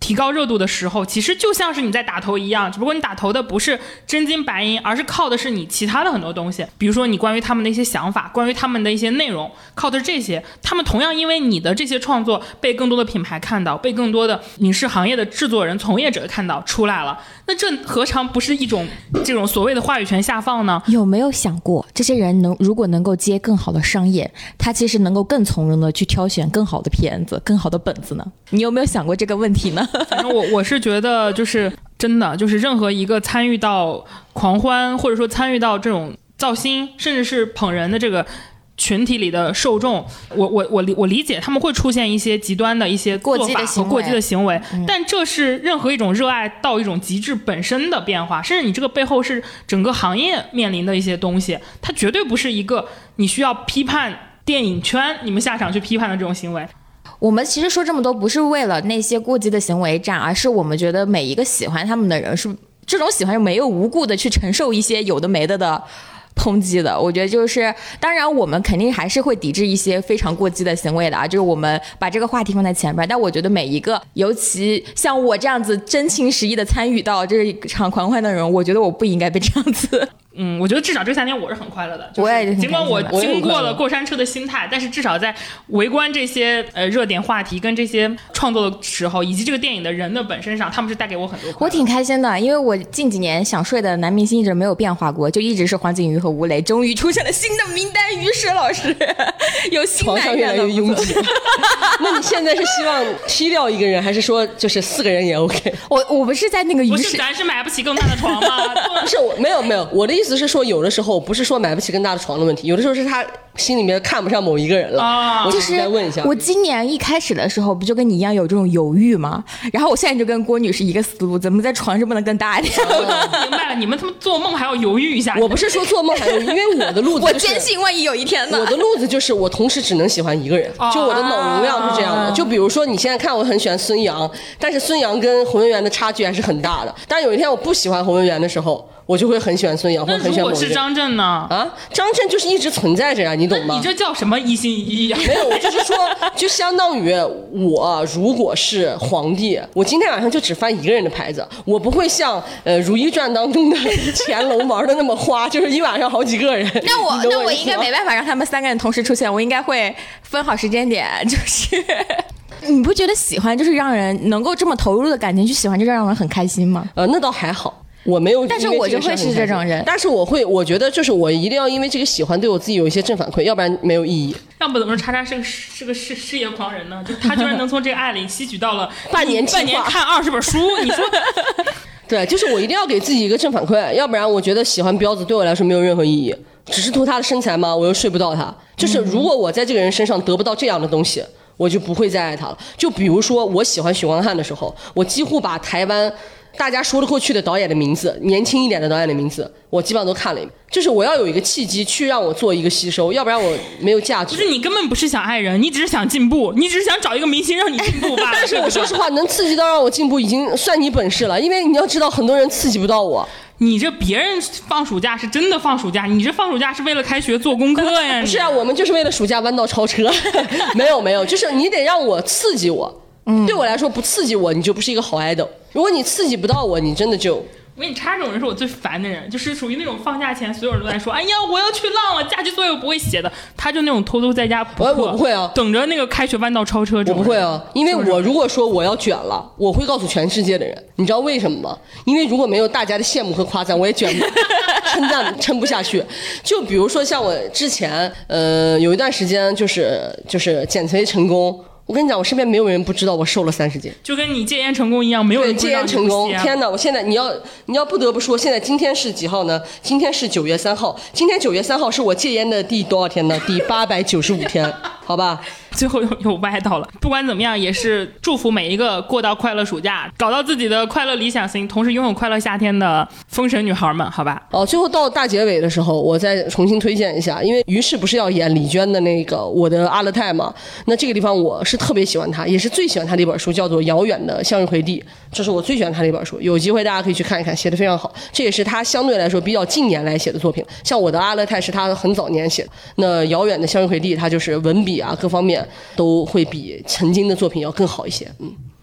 提高热度的时候，其实就像是你在打头一样，只不过你打头的不是真金白银，而是靠的是你其他的很多东西，比如说你关于他们的一些想法，关于他们的一些内容，靠的是这些。他们同样因为你的这些创作被更多的品牌看到，被更多的影视行业的制作人从业者看到出来了，那这何尝不是一种这种所谓的话语权下放呢？ 有没有想过这些人能如果能够接更好的商业，他其实能够更从容的去挑选更好的片子更好的本子呢？你有没有想过这个问题呢？ 反正我我是觉得就是真的就是任何一个参与到狂欢或者说参与到这种造星甚至是捧人的这个群体里的受众，我我我理我理解他们会出现一些极端的一些做法和过激的行为，嗯、但这是任何一种热爱到一种极致本身的变化，甚至你这个背后是整个行业面临的一些东西，它绝对不是一个你需要批判电影圈你们下场去批判的这种行为。 我们其实说这么多不是为了那些过激的行为战，而是我们觉得每一个喜欢他们的人是这种喜欢没有无故的去承受一些有的没的的抨击的。我觉得就是当然我们肯定还是会抵制一些非常过激的行为的啊，就是我们把这个话题放在前边，但我觉得每一个尤其像我这样子真情实意的参与到这一场狂欢的人，我觉得我不应该被这样子。 嗯，我觉得至少这三年我是很快乐的， 就是、我也尽管我经过了过山车的心态，但是至少在围观这些呃热点话题跟这些创作的时候，以及这个电影的人的本身上，他们是带给我很多快乐。 我挺开心的，因为我近几年想睡的男明星一直没有变化过，就一直是黄景瑜和吴磊，终于出现了新的名单，于是老师有新男人了， 床上越来越拥挤。那你现在是希望踢掉一个人，还是说就是四个人也 OK？ 我我不是在那个于是， 不是咱是买不起更大的床吗？ 不是，我没有没有，我的意思是说，有的时候不是说买不起更大的床的问题，有的时候是他心里面看不上某一个人了。啊、我只是再问一下， 我今年一开始的时候不就跟你一样有这种犹豫吗？然后我现在就跟郭女士一个思路，怎么在床上不能更大一点？ 啊、明白了，你们他妈做梦还要犹豫一下。 我不是说做梦还犹豫，因为我的路子、就是， 我坚信万一有一天呢。 我的路子就是我同时只能喜欢一个人，就我的脑容量是这样的。就比如说你现在看我很喜欢孙杨，但是孙杨跟洪文元的差距还是很大的。但有一天我不喜欢洪文元的时候，我就会很喜欢孙杨，或者很喜欢某一个人。 那如果是张震呢？ 啊，张震就是一直存在着呀、啊，你懂吗？ 你这叫什么一心一意啊？ 没有，我就是说，就相当于我如果是皇帝，我今天晚上就只翻一个人的牌子，我不会像呃《如懿传》当中的乾隆玩的那么花，就是一晚上好几个人。 那我那我应该没办法让他们三个人同时出现，我应该会分好时间点，就是。你不觉得喜欢就是让人能够这么投入的感情去喜欢，就让人很开心吗？ 呃，那倒还好。我没有， 但是我就会是这种人。 但是我会，我觉得就是我一定要因为这个喜欢对我自己有一些正反馈，要不然没有意义。 要不怎么说叉叉是个是个事事业狂人呢？就他居然能从这个爱里吸取到了半年半年看二十本书，你说？ 对，就是我一定要给自己一个正反馈，要不然我觉得喜欢彪子对我来说没有任何意义。只是图他的身材吗？我又睡不到他。就是如果我在这个人身上得不到这样的东西，我就不会再爱他了。就比如说我喜欢许光汉的时候，我几乎把台湾大家说得过去的导演的名字，年轻一点的导演的名字，我基本上都看了一遍。就是我要有一个契机去让我做一个吸收，要不然我没有价值。 不是你根本不是想爱人，你只是想进步，你只是想找一个明星让你进步吧。 但是我说实话，能刺激到让我进步已经算你本事了，因为你要知道很多人刺激不到我。 你这别人放暑假是真的放暑假，你这放暑假是为了开学做功课呀。 不是啊，我们就是为了暑假弯道超车。没有没有，就是你得让我刺激我。嗯，对我来说不刺激我，你就不是一个好idol。如果你刺激不到我，你真的就。 我跟你插，这种人是我最烦的人，就是属于那种放假前所有人都在说，哎呀我要去浪了，假期作业我不会写的，他就那种偷偷在家补课， 我不会啊， 等着那个开学弯道超车。 我不会啊，因为我如果说我要卷了，我会告诉全世界的人，你知道为什么吗？因为如果没有大家的羡慕和夸赞，我也卷不称赞撑不下去。就比如说像我之前呃有一段时间就是就是减肥成功。我跟你讲，我身边没有人不知道我瘦了三十斤， 就跟你戒烟成功一样，没有人不知道你不吸烟。 戒烟成功，天哪！我现在你要你要不得不说，现在今天是几号呢？今天是九月三号，今天九月三号是我戒烟的第多少天呢？第八百九十五天，好吧。 最后又又歪到了，不管怎么样，也是祝福每一个过到快乐暑假，搞到自己的快乐理想型，同时拥有快乐夏天的封神女孩们，好吧？ 哦，最后到大结尾的时候，我再重新推荐一下，因为于是不是要演李娟的那个我的阿勒泰嘛？那这个地方我是特别喜欢她，也是最喜欢她的一本书，叫做《遥远的向日葵地》，这是我最喜欢她的一本书，有机会大家可以去看一看，写得非常好。这也是她相对来说比较近年来写的作品，像我的阿勒泰是她很早年写的，那《遥远的向日葵地》它就是文笔啊各方面都会比曾经的作品要更好一些。嗯，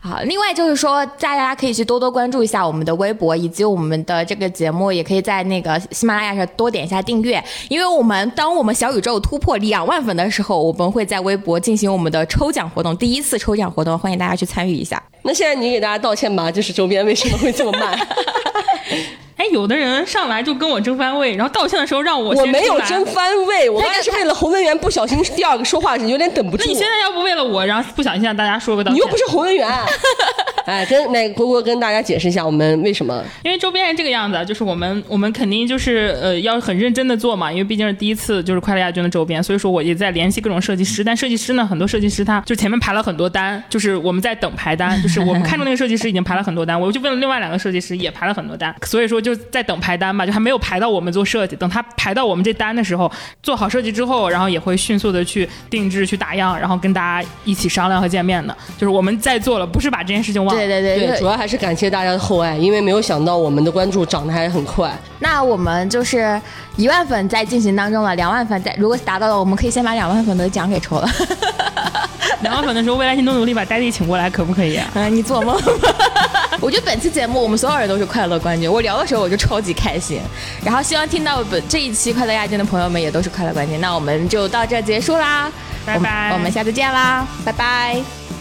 好，另外就是说，大家可以去多多关注一下我们的微博，以及我们的这个节目，也可以在那个喜马拉雅上多点一下订阅。因为我们当我们小宇宙突破两万粉的时候，我们会在微博进行我们的抽奖活动，第一次抽奖活动，欢迎大家去参与一下。 那现在你给大家道歉吧，就是周边为什么会这么慢？ 哎，有的人上来就跟我争番位，然后道歉的时候让我先我没有争番位，我刚才是为了洪文媛不小心第二个说话是有点等不住。 那你现在要不为了我，然后不小心向大家说个道歉， 你又不是洪文媛。哎，跟那国国跟大家解释一下我们为什么？ 因为周边是这个样子，就是我们我们肯定就是呃要很认真的做嘛，因为毕竟是第一次就是快乐亚军的周边，所以说我也在联系各种设计师，但设计师呢，很多设计师他就前面排了很多单，就是我们在等排单，就是我们看中那个设计师已经排了很多单，我就问了另外两个设计师也排了很多单，所以说就在等排单吧，就还没有排到我们做设计，等他排到我们这单的时候，做好设计之后，然后也会迅速的去定制、去打样，然后跟大家一起商量和见面的，就是我们在做了，不是把这件事情忘了。 对对对对，主要还是感谢大家的厚爱，因为没有想到我们的关注涨得还很快。 那我们就是一万粉在进行当中了，两万粉在，如果达到了，我们可以先把两万粉的奖给抽了。 两万粉的时候，未来星都努力把呆弟请过来，可不可以啊？ 嗯，你做梦。我觉得本期节目我们所有人都是快乐冠军，我聊的时候我就超级开心，然后希望听到本这一期快乐亚军的朋友们也都是快乐冠军。那我们就到这结束啦， 拜拜， 我们, 我们下次见啦，拜拜。